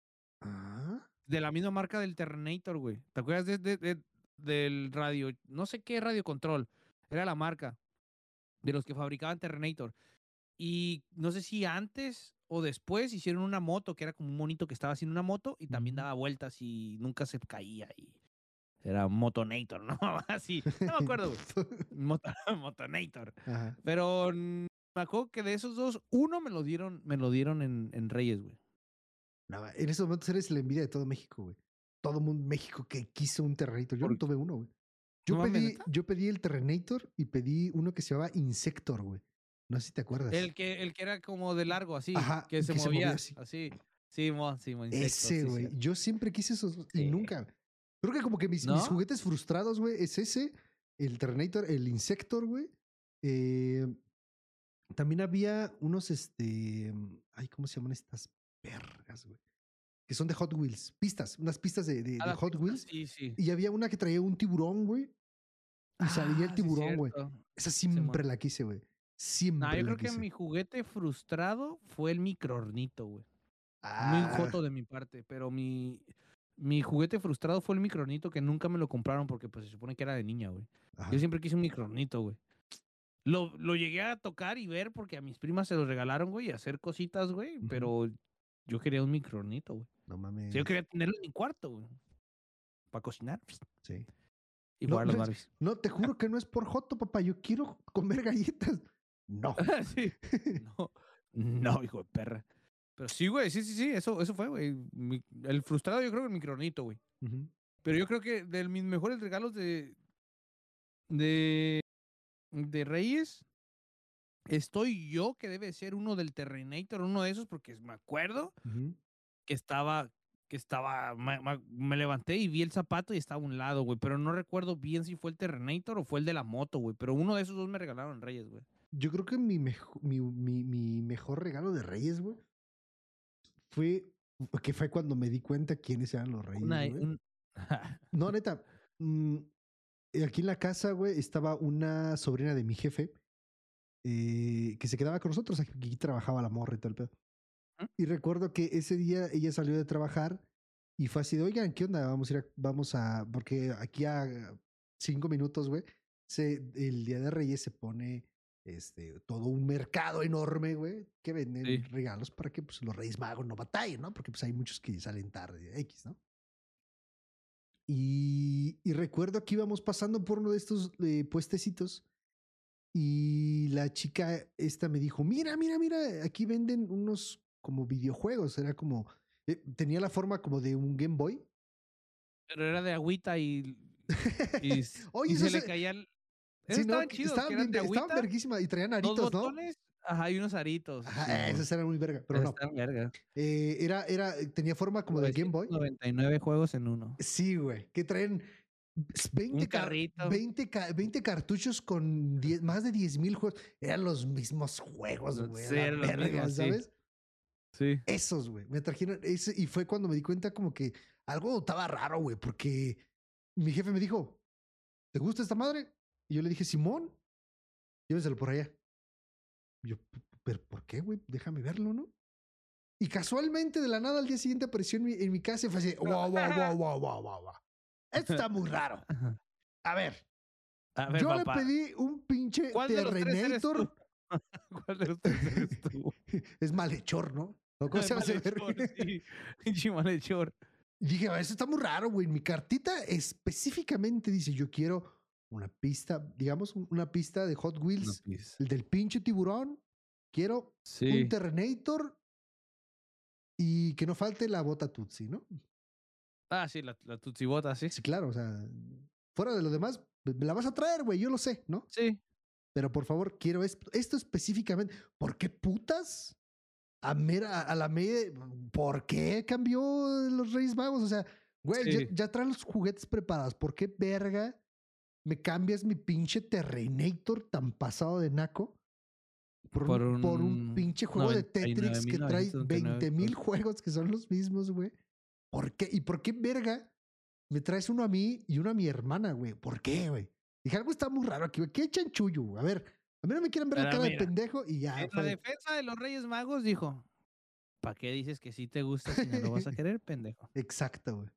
Ah. De la misma marca del Terrenator, güey. ¿Te acuerdas de, de- de- del radio? No sé qué radio control. Era la marca de los que fabricaban Terrenator. Y no sé si antes o después hicieron una moto que era como un monito que estaba haciendo una moto y también Ujú. daba vueltas y nunca se caía. Y era Motonator, ¿no? Así. No me acuerdo, güey. Moto- Motonator. Ajá. Pero mm, me acuerdo que de esos dos, uno me lo dieron, me lo dieron en, en Reyes, güey. No, en esos momentos eres la envidia de todo México, güey. Todo mundo México que quiso un Terrenator. Yo no Por- tuve uno, güey. No Yo mames, pedí, ¿neta? yo pedí el Terrenator y pedí uno que se llamaba Insector, güey. No sé si te acuerdas. El que, el que era como de largo, así, Ajá, que y se que se movía, movía así. así. Sí, mo, sí, mo, insectos, Ese, sí, güey. cierto. Yo siempre quise esos y Sí. nunca. Creo que como que mis, mis ¿No? juguetes frustrados, güey, es ese, el Terrenator, el Insector, güey. Eh, también había unos, este, ay, ¿cómo se llaman estas vergas, güey? Que son de Hot Wheels, pistas, unas pistas de, de- A de las Hot pistas, Wheels. sí, sí. Y había una que traía un tiburón, güey. Y salía el Ah, sí, tiburón, güey. cierto. Esa Simón. siempre la quise, güey. No, Siempre yo la creo que quise. mi juguete frustrado fue el microornito, güey. Muy Ah, joto de mi parte, pero mi, mi juguete frustrado fue el microornito que nunca me lo compraron porque pues se supone que era de niña, güey. ajá. Yo siempre quise un microornito, güey. Lo, lo llegué a tocar y ver porque a mis primas se los regalaron, güey, y hacer cositas, güey, Ujú. pero yo quería un microornito, güey. No O mames. sea, yo quería tenerlo en mi cuarto, güey, para cocinar Sí. y No, jugar a los no, Barbies. no, te juro que no es por joto, papá. Yo quiero comer galletas. No. Sí. No, no, hijo de perra. Pero sí, güey, sí, sí, sí, eso, eso fue, güey. Mi- El frustrado yo creo que el microornito, güey. Ujú. Pero yo creo que de mis mejores regalos de, de, de Reyes, estoy yo que debe ser uno del Terrenator, uno de esos, porque me acuerdo Ujú. que estaba, que estaba, me, me- me levanté y vi el zapato y estaba a un lado, güey, pero no recuerdo bien si fue el Terrenator o fue el de la moto, güey, pero uno de esos dos me regalaron en Reyes, güey. Yo creo que mi, mejo- mi, mi, mi mejor regalo de Reyes, güey, fue que fue cuando me di cuenta quiénes eran los Reyes, Una, güey. un... No, neta. mm, aquí en la casa, güey, estaba una sobrina de mi jefe eh, que se quedaba con nosotros. Aquí trabajaba la morra y tal, pedo. Y recuerdo que ese día ella salió de trabajar y fue así de, oigan, ¿qué onda? Vamos a ir a, vamos a, porque aquí a cinco minutos, güey, se, el Día de Reyes se pone este, todo un mercado enorme, güey, que venden Sí. regalos para que pues, los Reyes Magos no batallen, ¿no? Porque pues hay muchos que salen tarde, X, ¿no? Y, y recuerdo que íbamos pasando por uno de estos eh, puestecitos y la chica esta me dijo, mira, mira, mira, aquí venden unos como videojuegos. Era como, eh, tenía la forma como de un Game Boy. Pero era de agüita y, y, s- Oye, y eso se le se- caían... Esos sí, no, estaban que chidos, que estaban eran bien, de ve- estaban agüita, verguísimas y traían dos aritos, ¿no? botones, ajá, y unos aritos. Ajá, Sí, eh, mon. esos eran muy verga, pero no. Están verga. Eh, era, era, tenía forma como de Game Boy. novecientos noventa y nueve juegos en uno. Sí, güey, que traen veinte, Un car- carrito. veinte, ca- veinte cartuchos con diez más de diez mil juegos. Eran los mismos juegos, No, güey, a sí, la eran los verga, mismos, sí. ¿sabes? Sí. Esos, güey, me trajeron ese y fue cuando me di cuenta como que algo estaba raro, güey, porque mi jefe me dijo, ¿te gusta esta madre? Y yo le dije, Simón, lléveselo por allá. Y yo, ¿pero por qué, güey? Déjame verlo, ¿no? Y casualmente, de la nada, al día siguiente apareció en mi, en mi casa y fue así, wow, wow, wow, wow, wow, wow, wow. Esto está muy raro. A ver, A ver, yo papá. le pedí un pinche ¿Cuál de los tres eres tú? Terrenator. ¿Cuál de los tres eres tú? Es malhechor, ¿no? ¿O cómo se llama ese Malhechor, verga? sí. Pinche malhechor. Y dije, "Ah, eso está muy raro, güey. Mi cartita específicamente dice, yo quiero una pista, digamos, un- una pista de Hot Wheels, el del pinche tiburón. Quiero un Sí. Terrenator y que no falte la bota Tutsi, ¿no? Ah, sí, la, la tutsibota, sí. Sí, claro, o sea, fuera de lo demás, me la vas a traer, güey, yo lo sé, ¿no? Sí. Pero por favor, quiero esto, esto específicamente. ¿Por qué putas? A, mera, a la media, ¿por qué cambió los Reyes Magos? O sea, güey, Sí. ya, ya traen los juguetes preparados. ¿Por qué verga me cambias mi pinche Terrenator tan pasado de naco por, Por un, por un un pinche juego de noventa y nueve Tetris mil que trae novecientos noventa y nueve veinte mil pesos. juegos que son los mismos, güey? ¿Por qué? ¿Y por qué verga me traes uno a mí y uno a mi hermana, güey? ¿Por qué, güey? Dije, algo está muy raro aquí, güey. ¿Qué chanchullo? güey? A ver, a mí no me quieren ver la Pero cara de mira, pendejo y ya. En la fue de- defensa de los Reyes Magos dijo, ¿para qué dices que sí te gusta si no lo vas a querer, pendejo? Exacto, güey.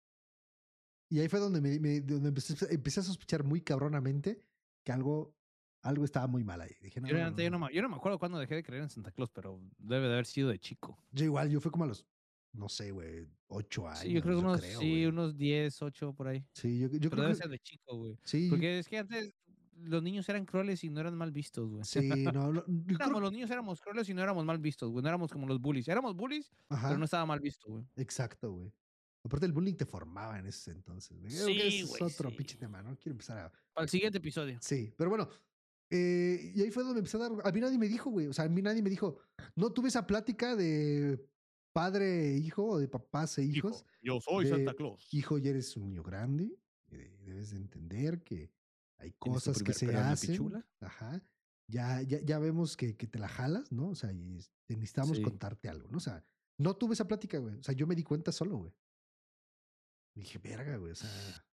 Y ahí fue donde, me, me- donde empecé, empecé a sospechar muy cabronamente que algo, algo estaba muy mal ahí. Dije, no, Yo, no, la neta, yo, no. no, me- yo no me acuerdo cuándo dejé de creer en Santa Claus, pero debe de haber sido de chico. Yo igual, yo fui como a los, no sé, güey, ocho Sí, yo creo años, que yo unos, creo, sí, güey. unos diez, ocho por ahí. Sí, yo, yo Pero creo debe que, ser de chico, güey. sí, Porque es que antes los niños eran crueles y no eran mal vistos, güey. sí, no, no, yo Éramos, creo, los niños éramos crueles y no éramos mal vistos, güey. No éramos como los bullies. Éramos bullies, pero no ajá, estaba mal visto, güey. exacto, güey. Aparte el bullying te formaba en ese entonces, güey. Creo que Sí, ese es güey, otro sí. pinche tema, ¿no? Quiero empezar a... Al siguiente episodio. Sí, pero bueno, eh, y ahí fue donde me empecé a dar... A mí nadie me dijo, güey, o sea, a mí nadie me dijo, no tuve esa plática de padre e hijo, o de papás e hijos, Hijo, yo soy de Santa Claus. hijo, ya eres un niño grande, y de- debes de entender que hay ¿Tienes tu cosas que primer se pelo en la hacen, pichula? ajá, ya, ya, ya vemos que, que te la jalas, ¿no? O sea, y es- te necesitamos Sí. contarte algo, ¿no? O sea, no tuve esa plática, güey, o sea, yo me di cuenta solo, güey. Dije, verga, güey, o sea...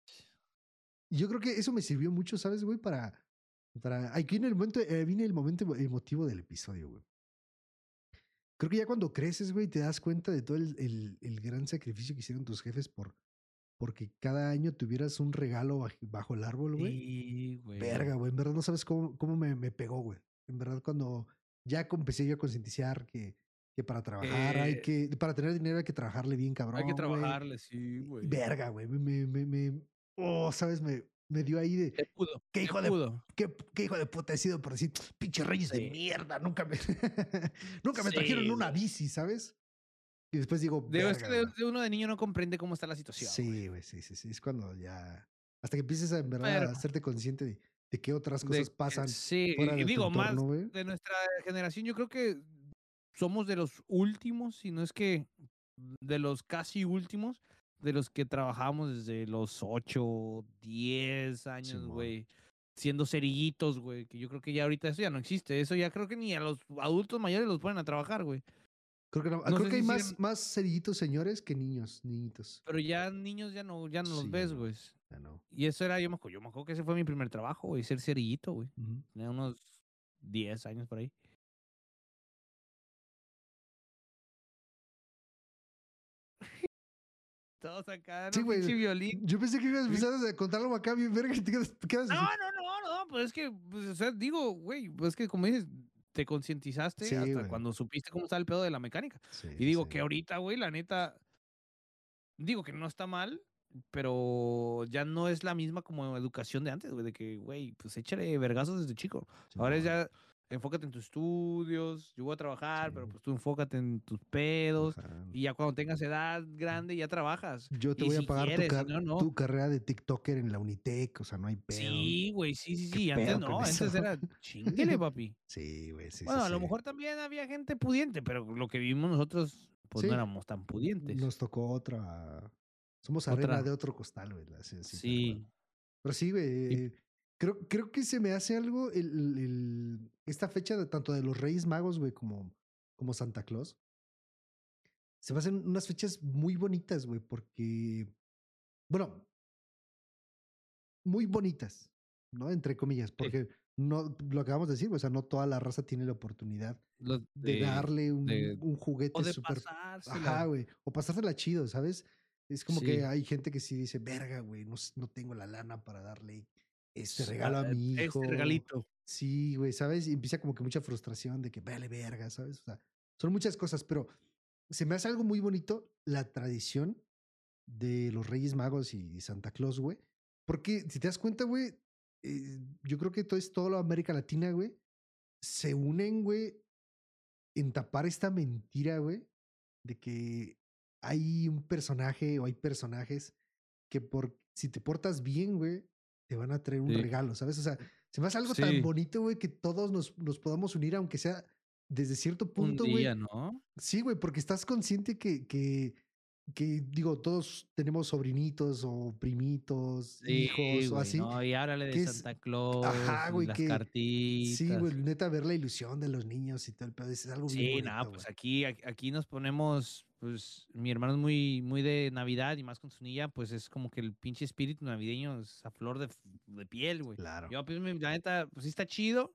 Y yo creo que eso me sirvió mucho, ¿sabes, güey? Para, para... Aquí viene el momento, eh, viene el momento emo- emotivo del episodio, güey. Creo que ya cuando creces, güey, te das cuenta de todo el, el, el gran sacrificio que hicieron tus jefes por, porque cada año tuvieras un regalo baj- bajo el árbol, güey. Sí, güey. Verga, güey, en verdad no sabes cómo, cómo me, me pegó, güey. En verdad cuando ya com- empecé yo a concienticiar que, que para trabajar hay Que que, para tener dinero hay que trabajarle bien cabrón, hay que güey. trabajarle, sí, Y- güey. Verga, güey, me, me, me, me- oh, ¿sabes? Me, me dio ahí de, Se pudo, qué se hijo de, pudo. qué, qué hijo de puta he sido por decir, pinches reyes de Sí. mierda, nunca me, nunca me Sí, trajeron una güey. bici, ¿sabes? Y después digo, Digo, es que verga, de, güey. de uno de niño no comprende cómo está la situación, güey. Sí, güey, sí, sí, sí. Es cuando ya. Hasta que empieces a en verdad Pero a hacerte consciente de, de qué otras de cosas que pasan sí, fuera y, y de tu digo, entorno, más güey. de nuestra generación, yo creo que somos de los últimos, si no es que de los casi últimos, de los que trabajamos desde los ocho, diez años, Simón. güey, siendo cerillitos, güey, que yo creo que ya ahorita eso ya no existe. Eso ya creo que ni a los adultos mayores los ponen a trabajar, güey. Creo que, no- No creo sé que hay si más, siguen, más cerillitos señores que niños, niñitos. pero ya niños ya no, ya no los Sí, ya ves, no, güey. ya no. Y eso era, yo me acuerdo, yo me acuerdo que ese fue mi primer trabajo, güey, ser cerillito, güey. Ujú. Tenía unos diez años por ahí. Todos acá, Sí, ¿no? güey. Pinche violín. Yo pensé que ibas a empezar a contar algo acá bien verga y te quedas, te quedas No, así. no, no, no, pues es que, pues, o sea, digo, güey, pues es que como dices, te concientizaste Sí, hasta güey. cuando supiste cómo está el pedo de la mecánica. Sí, Y sí, digo sí. que ahorita, güey, la neta, digo que no está mal, pero ya no es la misma como educación de antes, güey, de que, güey, pues échale vergazos desde chico. Ahora es Simón. ya, enfócate en tus estudios, yo voy a trabajar, pero Sí. pues tú enfócate en tus pedos, Ajá. y ya cuando tengas edad grande ya trabajas. Yo te Y voy a si pagar tu, quieres, si car- no, no. tu carrera de TikToker en la Unitec, o sea, no hay pedo. Sí, güey, sí, sí, ¿Qué sí. Antes pedo con no, eso? antes era chinguele, papi. Sí, güey, sí, Bueno, sí, a lo sí. mejor también había gente pudiente, pero lo que vivimos nosotros, pues no Sí, éramos tan pudientes. nos tocó otra. Somos arena de Otra, otro costal, güey, así, así tal cual. sí. Pero sí, Y güey. Creo, creo que se me hace algo el, el- el- esta fecha de, tanto de los Reyes Magos, güey, como, como Santa Claus. Se me hacen unas fechas muy bonitas, güey, porque, bueno, muy bonitas, ¿no? Entre comillas, sí, porque no, lo que acabamos de decir, o sea, no toda la raza tiene la oportunidad los de de, darle un, de, un o juguete de súper. pasársela. Ajá, güey. O pasársela chido, ¿sabes? Es como que Sí. hay gente que sí dice, verga, güey, no, s- no tengo la lana para darle este S- regalo ah, a eh, mi Este hijo. regalito. Sí, güey, ¿sabes? Y empieza como que mucha frustración de que vale verga, ¿sabes? O sea, son muchas cosas, pero se me hace algo muy bonito la tradición de los Reyes Magos y Santa Claus, güey. Porque si te das cuenta, güey, eh, yo creo que todo es toda la América Latina, güey, se unen, güey, en tapar esta mentira, güey, de que hay un personaje o hay personajes que por si te portas bien, güey, te van a traer un Sí. regalo, ¿sabes? O sea, se me hace algo Sí. tan bonito, güey, que todos nos, nos podamos unir, aunque sea desde cierto Un punto, güey. día, ¿no? Sí, güey, porque estás consciente que, que, que, digo, todos tenemos sobrinitos o primitos, Sí, hijos o güey, así, no, y háblale de que es, Santa Claus ajá, y güey, las que sí, güey, cartitas. neta, ver la ilusión de los niños y todo el pedo, es algo bien Sí, bonito, nada, güey. pues aquí, aquí aquí nos ponemos, pues mi hermano es muy, muy de Navidad y más con su niña, pues es como que el pinche espíritu navideño es a flor de, f- de piel, güey. Claro. Yo, pues, mi- la neta, pues sí está chido,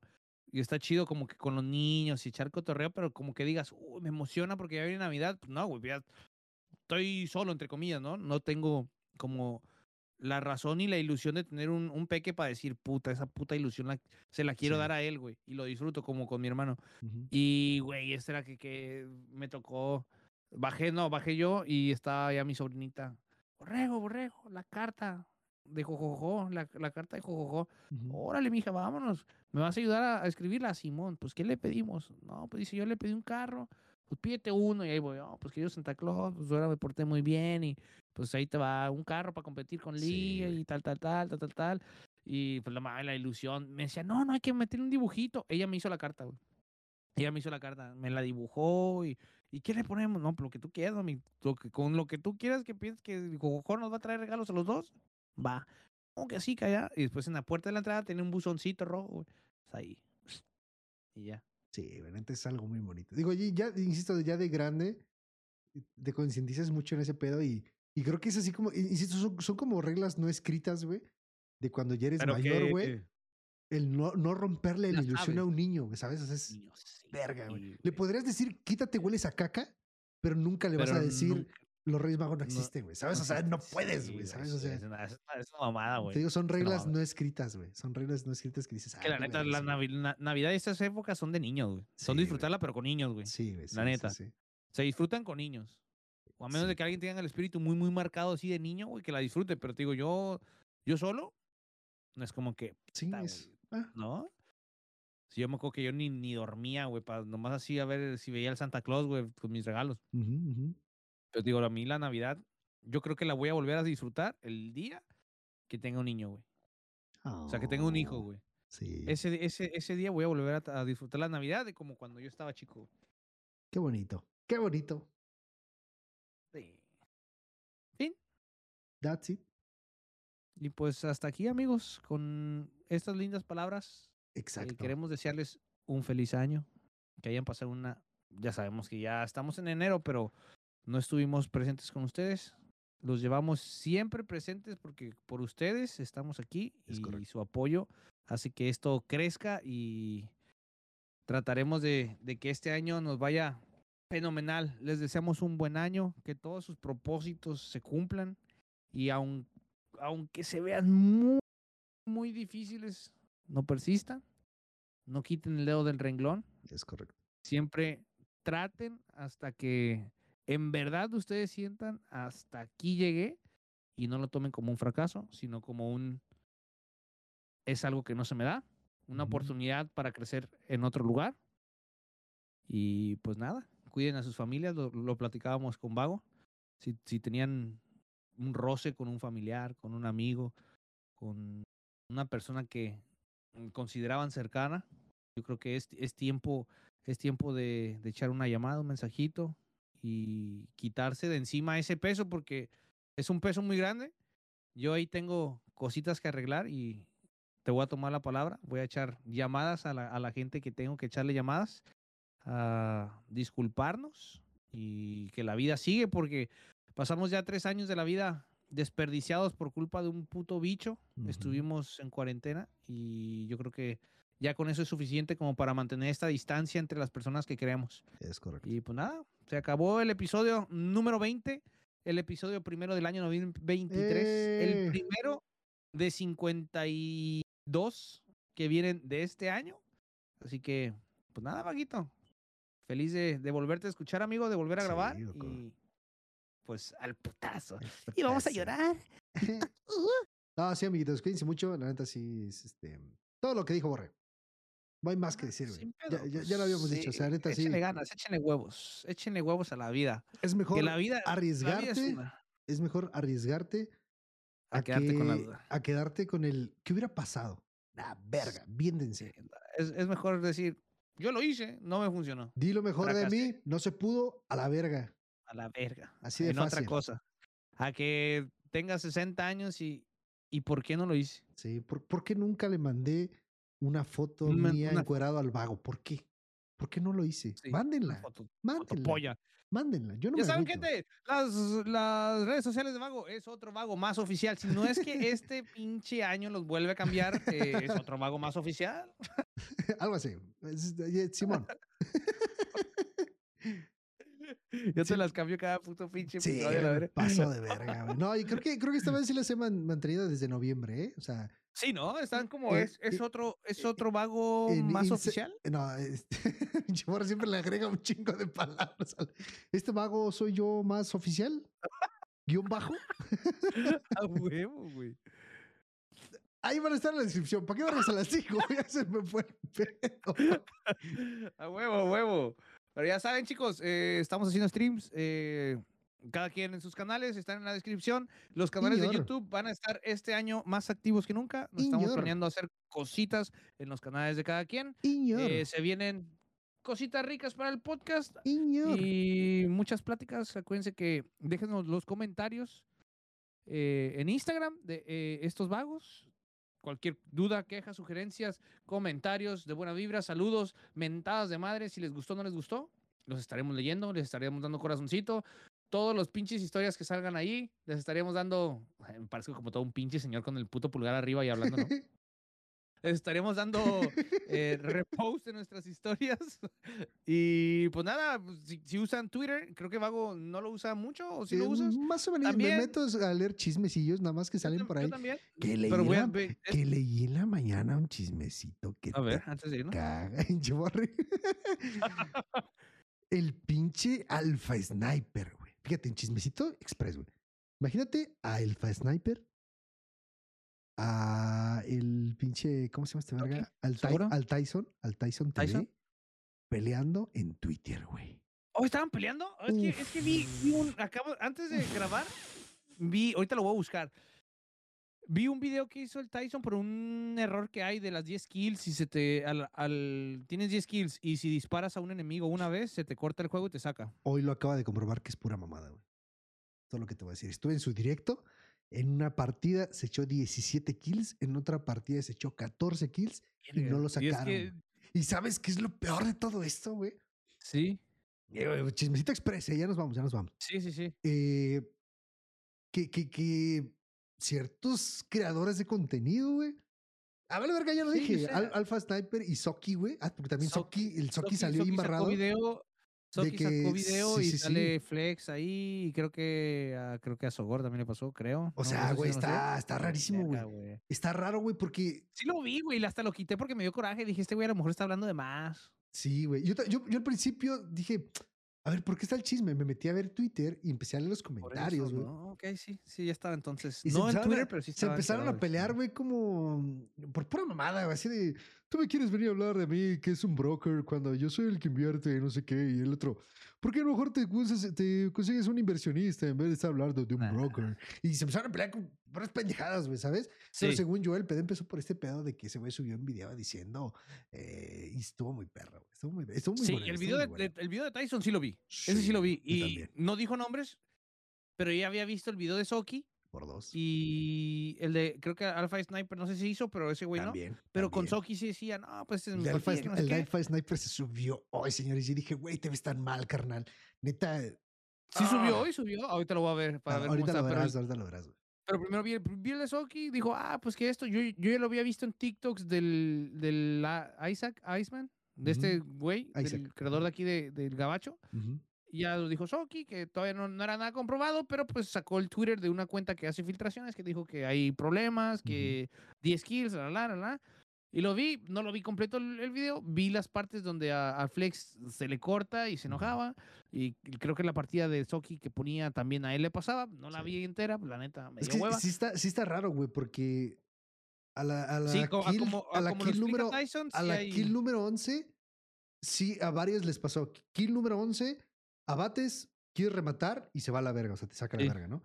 Y está chido como que con los niños y echar cotorreo, pero como que digas, uy, me emociona porque ya viene Navidad. Pues no, güey, ya estoy solo, entre comillas, ¿no? No tengo como la razón y la ilusión de tener un, un peque para decir, puta, esa puta ilusión la- se la quiero Sí. dar a él, güey. Y lo disfruto como con mi hermano. Ujú. Y, güey, este era que, que me tocó. Bajé, no, bajé yo y estaba ya mi sobrinita. Borrego, borrego, la carta de Jojojo, la, la carta de Jojojo. Ujú. Órale, mija, vámonos. ¿Me vas a ayudar a, a escribirla, Simón? Pues, ¿qué le pedimos? No, pues dice, yo le pedí un carro. Pues pídete uno. Y ahí voy, oh, pues que yo Santa Claus, pues ahora me porté muy bien. Y pues ahí te va un carro para competir con Sí, Lía güey. y tal, tal, tal, tal, tal, tal. Y pues la madre, la ilusión. Me decía, no, no, hay que meter un dibujito. Ella me hizo la carta, güey. Ella me hizo la carta, me la dibujó y, ¿y qué le ponemos? No, pues lo que tú quieras, mami, lo que, con lo que tú quieras que pienses que Jojojo nos va a traer regalos a los dos, va. Como que así, calla. Y después en la puerta de la entrada tenía un buzoncito rojo, güey. Pues ahí. Y ya. Sí, güey, neta es algo muy bonito. Digo, y ya, insisto, ya de grande, te concientizas mucho en ese pedo y, y creo que es así como, insisto, son, son como reglas no escritas, güey, de cuando ya eres Pero mayor, güey, que el no, no romperle la ya ilusión a sabes. un niño, güey, ¿sabes? O sea, es Niño, sí, verga, güey. güey. Le podrías decir, quítate, hueles a caca, pero nunca le vas a Pero decir, nunca, los Reyes Magos no no, existen, güey, ¿sabes? no O sea, existe. no puedes, Sí, güey, güey. ¿sabes? O Es, sea, es una, es una- es una mamada, te güey. digo, son Es una reglas mamada. no escritas, güey. Son reglas no escritas que dices, Que ay, la no neta, vergas, la güey. Navi- na- Navidad y estas épocas son de niños, güey. Son Sí, güey. disfrutarla, pero con niños, güey. Sí, güey, La sí, sí, neta. sí. Se disfrutan con niños. O a menos Sí, de que alguien tenga el espíritu muy, muy marcado así de niño, güey, que la disfrute. Pero te digo, yo, yo solo, no es como que, sí, puta, es. güey, Ah, ¿no? Si yo me acuerdo que yo ni, ni dormía, güey, para nomás así a ver si veía al Santa Claus, güey, con mis regalos. ujú, ujú. Pero te digo, a mí la Navidad, yo creo que la voy a volver a disfrutar el día que tenga un niño, güey. O sea, que tenga un hijo, Oh, güey. sí, Ese, ese, ese día voy a volver a, a disfrutar la Navidad de como cuando yo estaba chico, güey. qué bonito, qué bonito. Sí. Fin. That's it. Y pues hasta aquí, amigos, con estas lindas palabras. Eh, Exacto. queremos desearles un feliz año, que hayan pasado una, ya sabemos que ya estamos en enero, pero no estuvimos presentes con ustedes. Los llevamos siempre presentes porque por ustedes estamos aquí Es y correcto. su apoyo hace que esto crezca y trataremos de, de que este año nos vaya fenomenal. Les deseamos un buen año, que todos sus propósitos se cumplan y aun, aunque se vean muy, muy difíciles, no persistan, no quiten el dedo del renglón, Es correcto. siempre traten hasta que en verdad ustedes sientan hasta aquí llegué y no lo tomen como un fracaso, sino como un es algo que no se me da, una Ujú. oportunidad para crecer en otro lugar. Y pues nada, cuiden a sus familias, lo, lo platicábamos con Vago. Si, si tenían un roce con un familiar, con un amigo, con una persona que mm, consideraban cercana, yo creo que es, es tiempo, es tiempo de, de echar una llamada, un mensajito y quitarse de encima ese peso porque es un peso muy grande. Yo ahí tengo cositas que arreglar y te voy a tomar la palabra. Voy a echar llamadas a la, a la gente que tengo que echarle llamadas a disculparnos y que la vida sigue porque pasamos ya tres años de la vida desperdiciados por culpa de un puto bicho. Ujú. Estuvimos en cuarentena y yo creo que ya con eso es suficiente como para mantener esta distancia entre las personas que queremos. Es correcto. Y pues nada, se acabó el episodio número veinte, el episodio primero del año dos mil veintitrés, el ¡Eh! primero de cincuenta y dos que vienen de este año. Así que, pues nada, Vaguito. Feliz de, de volverte a escuchar, amigo, de volver a grabar. Sí, loco. Y pues al putazo. El Y vamos a putazo. llorar. No, sí, amiguitos, cuídense mucho. La neta, sí, es este. Todo lo que dijo Borre. No hay más que decir, güey. Sin Ya, pedo, ya, pues, ya lo habíamos dicho. O sea, sí, neta, échenle sí. ganas, échenle huevos, échenle huevos a la vida. Es Que mejor la vida, la vida es arriesgarte. una. Es mejor arriesgarte A a quedarte con la que duda. a quedarte con el ¿qué hubiera pasado? La verga, bien dense. Sí, es, es mejor decir, yo lo hice, no me funcionó. Di lo mejor de Fracasé. mí, no se pudo, a la verga. A la verga. Así de En otra fácil. cosa. A que tenga sesenta años y, ¿y por qué no lo hice? Sí, ¿por, por qué nunca le mandé una foto Una, mía una encuerado al vago? ¿Por qué? ¿Por qué no lo hice? Sí, una Mándenla. foto, Mándenla. fotopolla. Mándenla. Yo no Ya me saben, agüito. gente, las, las redes sociales de Vago es otro Vago más oficial. Si no es que este pinche año los vuelve a cambiar, eh, es otro Vago más oficial. Algo así. Es- es- Simón. Yo te Sí. las cambio cada puto pinche Sí, episodio, la me verga. pasó de verga, güey. No, y creo que, creo que esta vez sí las he man- mantenido desde noviembre, ¿eh? O sea, Sí, ¿no? Están como, eh, es, es eh, otro, es eh, otro Vago en más Insta- oficial. No, este, pinche morra siempre le agrega un chingo de palabras. al- Este vago soy yo más oficial, guión bajo. A huevo, güey. Ahí van a estar en la descripción. ¿Para qué verga se las digo? Ya se me fue el pedo. A huevo, a huevo. Pero ya saben, chicos, eh, estamos haciendo streams. eh, cada quien en sus canales, están en la descripción. Los canales de Iñor. YouTube van a estar este año más activos que nunca. Nos estamos Iñor. planeando hacer cositas en los canales de cada quien. Iñor. Eh, se vienen cositas ricas para el podcast Iñor. y muchas pláticas. Acuérdense que déjenos los comentarios eh, en Instagram de eh, estos vagos. Cualquier duda, queja, sugerencias, comentarios de buena vibra, saludos, mentadas de madre, si les gustó o no les gustó, los estaremos leyendo, les estaremos dando corazoncito. Todos los pinches historias que salgan ahí, les estaríamos dando. Ay, me parece como todo un pinche señor con el puto pulgar arriba y hablando, ¿no? Les estaremos dando eh, repost de nuestras historias. Y pues nada, pues, si, si usan Twitter, creo que Vago no lo usa mucho, o si lo Eh, usas. más o menos También. me meto a leer chismecillos, nada más que Yo, salen tam- por yo ahí. también. Que leí, Pero voy a en la, ver. es- que leí en la mañana un chismecito que A ver, te antes de irnos. caga. Pinche borre. El pinche Alpha Sniper, güey. Fíjate, un chismecito express, güey. Imagínate a Alpha Sniper, a el pinche, ¿cómo se llama este verga? ¿Loki? Al, Ty- ¿Seguro? al Tyson, al Tyson T V, ¿Tyson? peleando en Twitter, güey. ¿Oh, estaban peleando? Oh, es, que, es que vi, vi un. Acabo, antes de grabar, vi. Ahorita lo voy a buscar. Vi un video que hizo el Tyson por un error que hay de las diez kills. Y se te. Al, al- tienes diez kills y si disparas a un enemigo una vez, se te corta el juego y te saca. Hoy lo acaba de comprobar que es pura mamada, güey. Todo lo que te voy a decir. Estuve en su directo. En una partida se echó diecisiete kills. En otra partida se echó catorce kills. Y no lo Y es sacaron. que. güey. ¿Y sabes qué es lo peor de todo esto, güey? Sí, Eh, güey, Chismecito express, eh, ya nos vamos, ya nos vamos. sí, sí, sí. Eh, que, que, que ciertos creadores de contenido, güey. A ver, verga, ya lo Sí, dije. yo sé. Al- Alpha Sniper y Soki, güey. Ah, porque también Soki, el Soki Soki- salió Soki embarrado. Sacó video, Soki que- sacó video sí, y sí, sí. sale Flex ahí. Y creo que, a- creo que a Sogor también le pasó, creo. O No, sea, eso sí güey, no sé. está, está rarísimo, güey. Verga, güey. Está raro, güey, porque Sí lo vi, güey, hasta lo quité porque me dio coraje. Dije, este güey a lo mejor está hablando de más. sí, güey. Yo, ta- yo, yo al principio dije, a ver, ¿por qué está el chisme? Me metí a ver Twitter y empecé a leer los Por comentarios, eso, güey. ¿no? Ok, sí, sí, ya estaba entonces. Y se No en empezaron Twitter, a- pero sí Se estaba. empezaron a pelear, güey, como por pura mamada, güey, así de, tú me quieres venir a hablar de mí, que es un broker, cuando yo soy el que invierte, no sé qué, y el otro, ¿por qué a lo mejor te, consigues- te consigues un inversionista en vez de estar hablando de un Nah. broker? Y se empezaron a pelear con puras pendejadas, güey, ¿sabes? Pero Sí. según yo, el pedo empezó por este pedo de que ese güey subió un video diciendo, eh, y estuvo muy perro, güey, estuvo muy, estuvo muy Sí, bueno, el estuvo video muy de, bueno. de- el video de Tyson sí lo vi. Ese sí lo vi. yo Y también, no dijo nombres, pero ya había visto el video de Soki por dos. y el de, creo que Alpha Sniper, no sé si hizo, pero ese güey no. También, Pero con también. Soki sí decía, no, pues es El mi de Alpha, partida, que no sé el de qué. Alpha Sniper se subió hoy, señores. Y dije, güey, te ves tan mal, carnal. Neta. Sí subió ah, hoy, subió. Ahorita lo voy a ver para ah, ver ahorita cómo lo está. Pero, verás, ahorita lo verás, güey. pero primero vi el, vi el de Soki y dijo, ah, pues que esto, yo, yo ya lo había visto en TikToks del, del ah, Isaac Iceman, de este güey, Isaac, del creador ajá. de aquí de- del Gabacho. Ujú. Y ya lo dijo Soki, que todavía no, no era nada comprobado, pero pues sacó el Twitter de una cuenta que hace filtraciones, que dijo que hay problemas, que diez kills, la, la, la, la. Y lo vi, no lo vi completo el, el video, vi las partes donde a, a Flex se le corta y se Ujú. enojaba, y creo que la partida de Soki que ponía también a él le pasaba, no la Sí. vi entera, la neta, me Es dio que hueva. sí está, sí está raro, güey, porque a la, a la Sí, co- a kill, como, a a la como lo kill explica número, Tyson, a sí la hay- kill número once, sí, a varios les pasó. Kill número once, abates, quieres rematar y se va a la verga, o sea, te saca Sí. la verga, ¿no?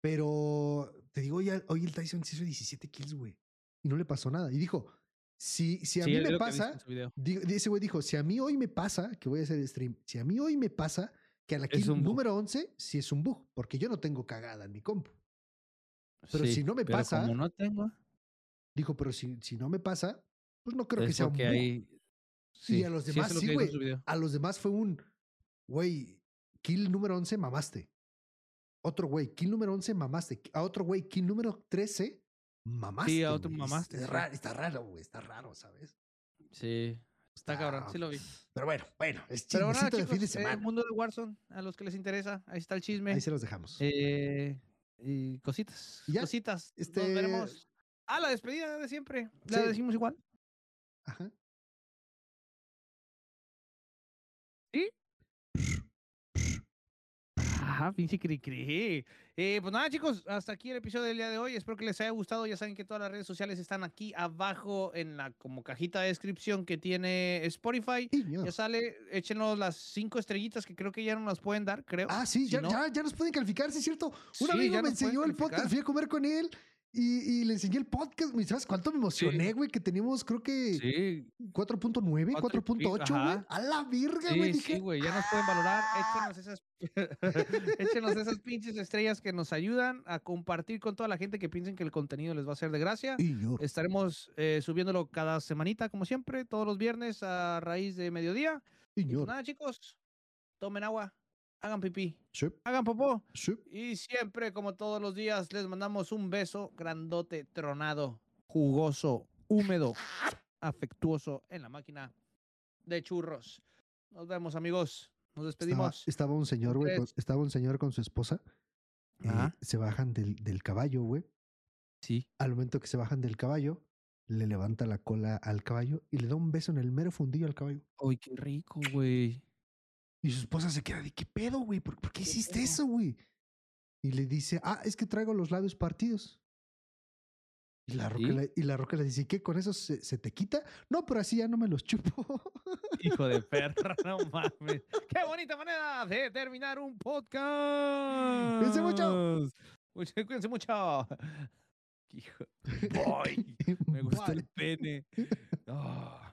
Pero te digo, hoy, hoy el Tyson se hizo diecisiete kills, güey, y no le pasó nada. Y dijo, si, si a sí, mí es me lo que viste pasa, en su video. Digo- ese güey dijo, si a mí hoy me pasa, que voy a hacer stream, si a mí hoy me pasa que a la Es kill un bug. número once, sí es un bug, porque yo no tengo cagada en mi compu. Pero Sí, si no me pero pasa, como no tengo, dijo, pero si, si no me pasa, pues no creo que es sea un porque bug. hay, Sí, y a los sí, demás eso es lo sí, que dijo en güey. su video. A los demás fue un, güey, kill número once, mamaste. Otro güey, kill número once, mamaste. A otro güey, kill número trece, mamaste. Sí, a otro güey. mamaste, Es sí. raro, está raro, güey. Está raro, ¿sabes? Sí, está cabrón, sí lo vi. Pero bueno, bueno, es Pero nada, chismecito de fin de chicos, eh, semana. mundo de Warzone, a los que les interesa, ahí está el chisme. Ahí se los dejamos. Eh, y cositas, Y ya, cositas. este- Nos veremos. Ah, la despedida de siempre. La Sí. decimos igual. Ajá. ¿Sí? Ajá, pinche cri cri. Eh, pues nada, chicos, hasta aquí el episodio del día de hoy. Espero que les haya gustado. Ya saben que todas las redes sociales están aquí abajo en la como cajita de descripción que tiene Spotify. Y Dios. Ya sale, échenos las cinco estrellitas que creo que ya no las pueden dar, creo. Ah, sí, Si ya, no- ya, ya nos pueden calificar, sí es cierto. Un Sí, amigo ya me nos pueden enseñó el podcast, calificar. fui a comer con él y, y le enseñé el podcast. güey. ¿Sabes cuánto me emocioné, güey? Que teníamos, creo que Sí, cuatro punto nueve, Cuatro y cuatro punto ocho, güey. ajá. A la virga, güey. sí, Dije, sí, güey, ya nos pueden valorar. Échenos esas, échenos esas pinches estrellas que nos ayudan a compartir con toda la gente que piensen que el contenido les va a ser de gracia. y yo. Estaremos eh, subiéndolo cada semanita, como siempre, todos los viernes a raíz de mediodía. Y Y pues yo. nada, chicos, tomen agua, hagan pipí, Sí, hagan popó. sí. Y siempre, como todos los días, les mandamos un beso grandote, tronado, jugoso, húmedo, afectuoso en la máquina de churros. Nos vemos, amigos. Nos Estaba, despedimos. estaba un señor, güey. con- Tres. Estaba un señor con su esposa. eh, Ajá. se bajan del, del caballo, güey. Sí. Al momento que se bajan del caballo, le levanta la cola al caballo y le da un beso en el mero fundillo al caballo. Uy, qué rico, güey. Y su esposa se queda de, ¿qué pedo, güey? ¿Por, por qué ¿Qué hiciste pedo? eso, güey? Y le dice, ah, es que traigo los labios partidos. Y la roca, ¿Sí? le, y la roca le dice, ¿qué? ¿Con eso se, se te quita? No, pero así ya no me los chupo. Hijo de perra, no mames. Qué bonita manera de terminar un podcast. Cuídense mucho. Mucho- Cuídense mucho. Hijo. Boy. Me gusta Bye. el pene. Ah.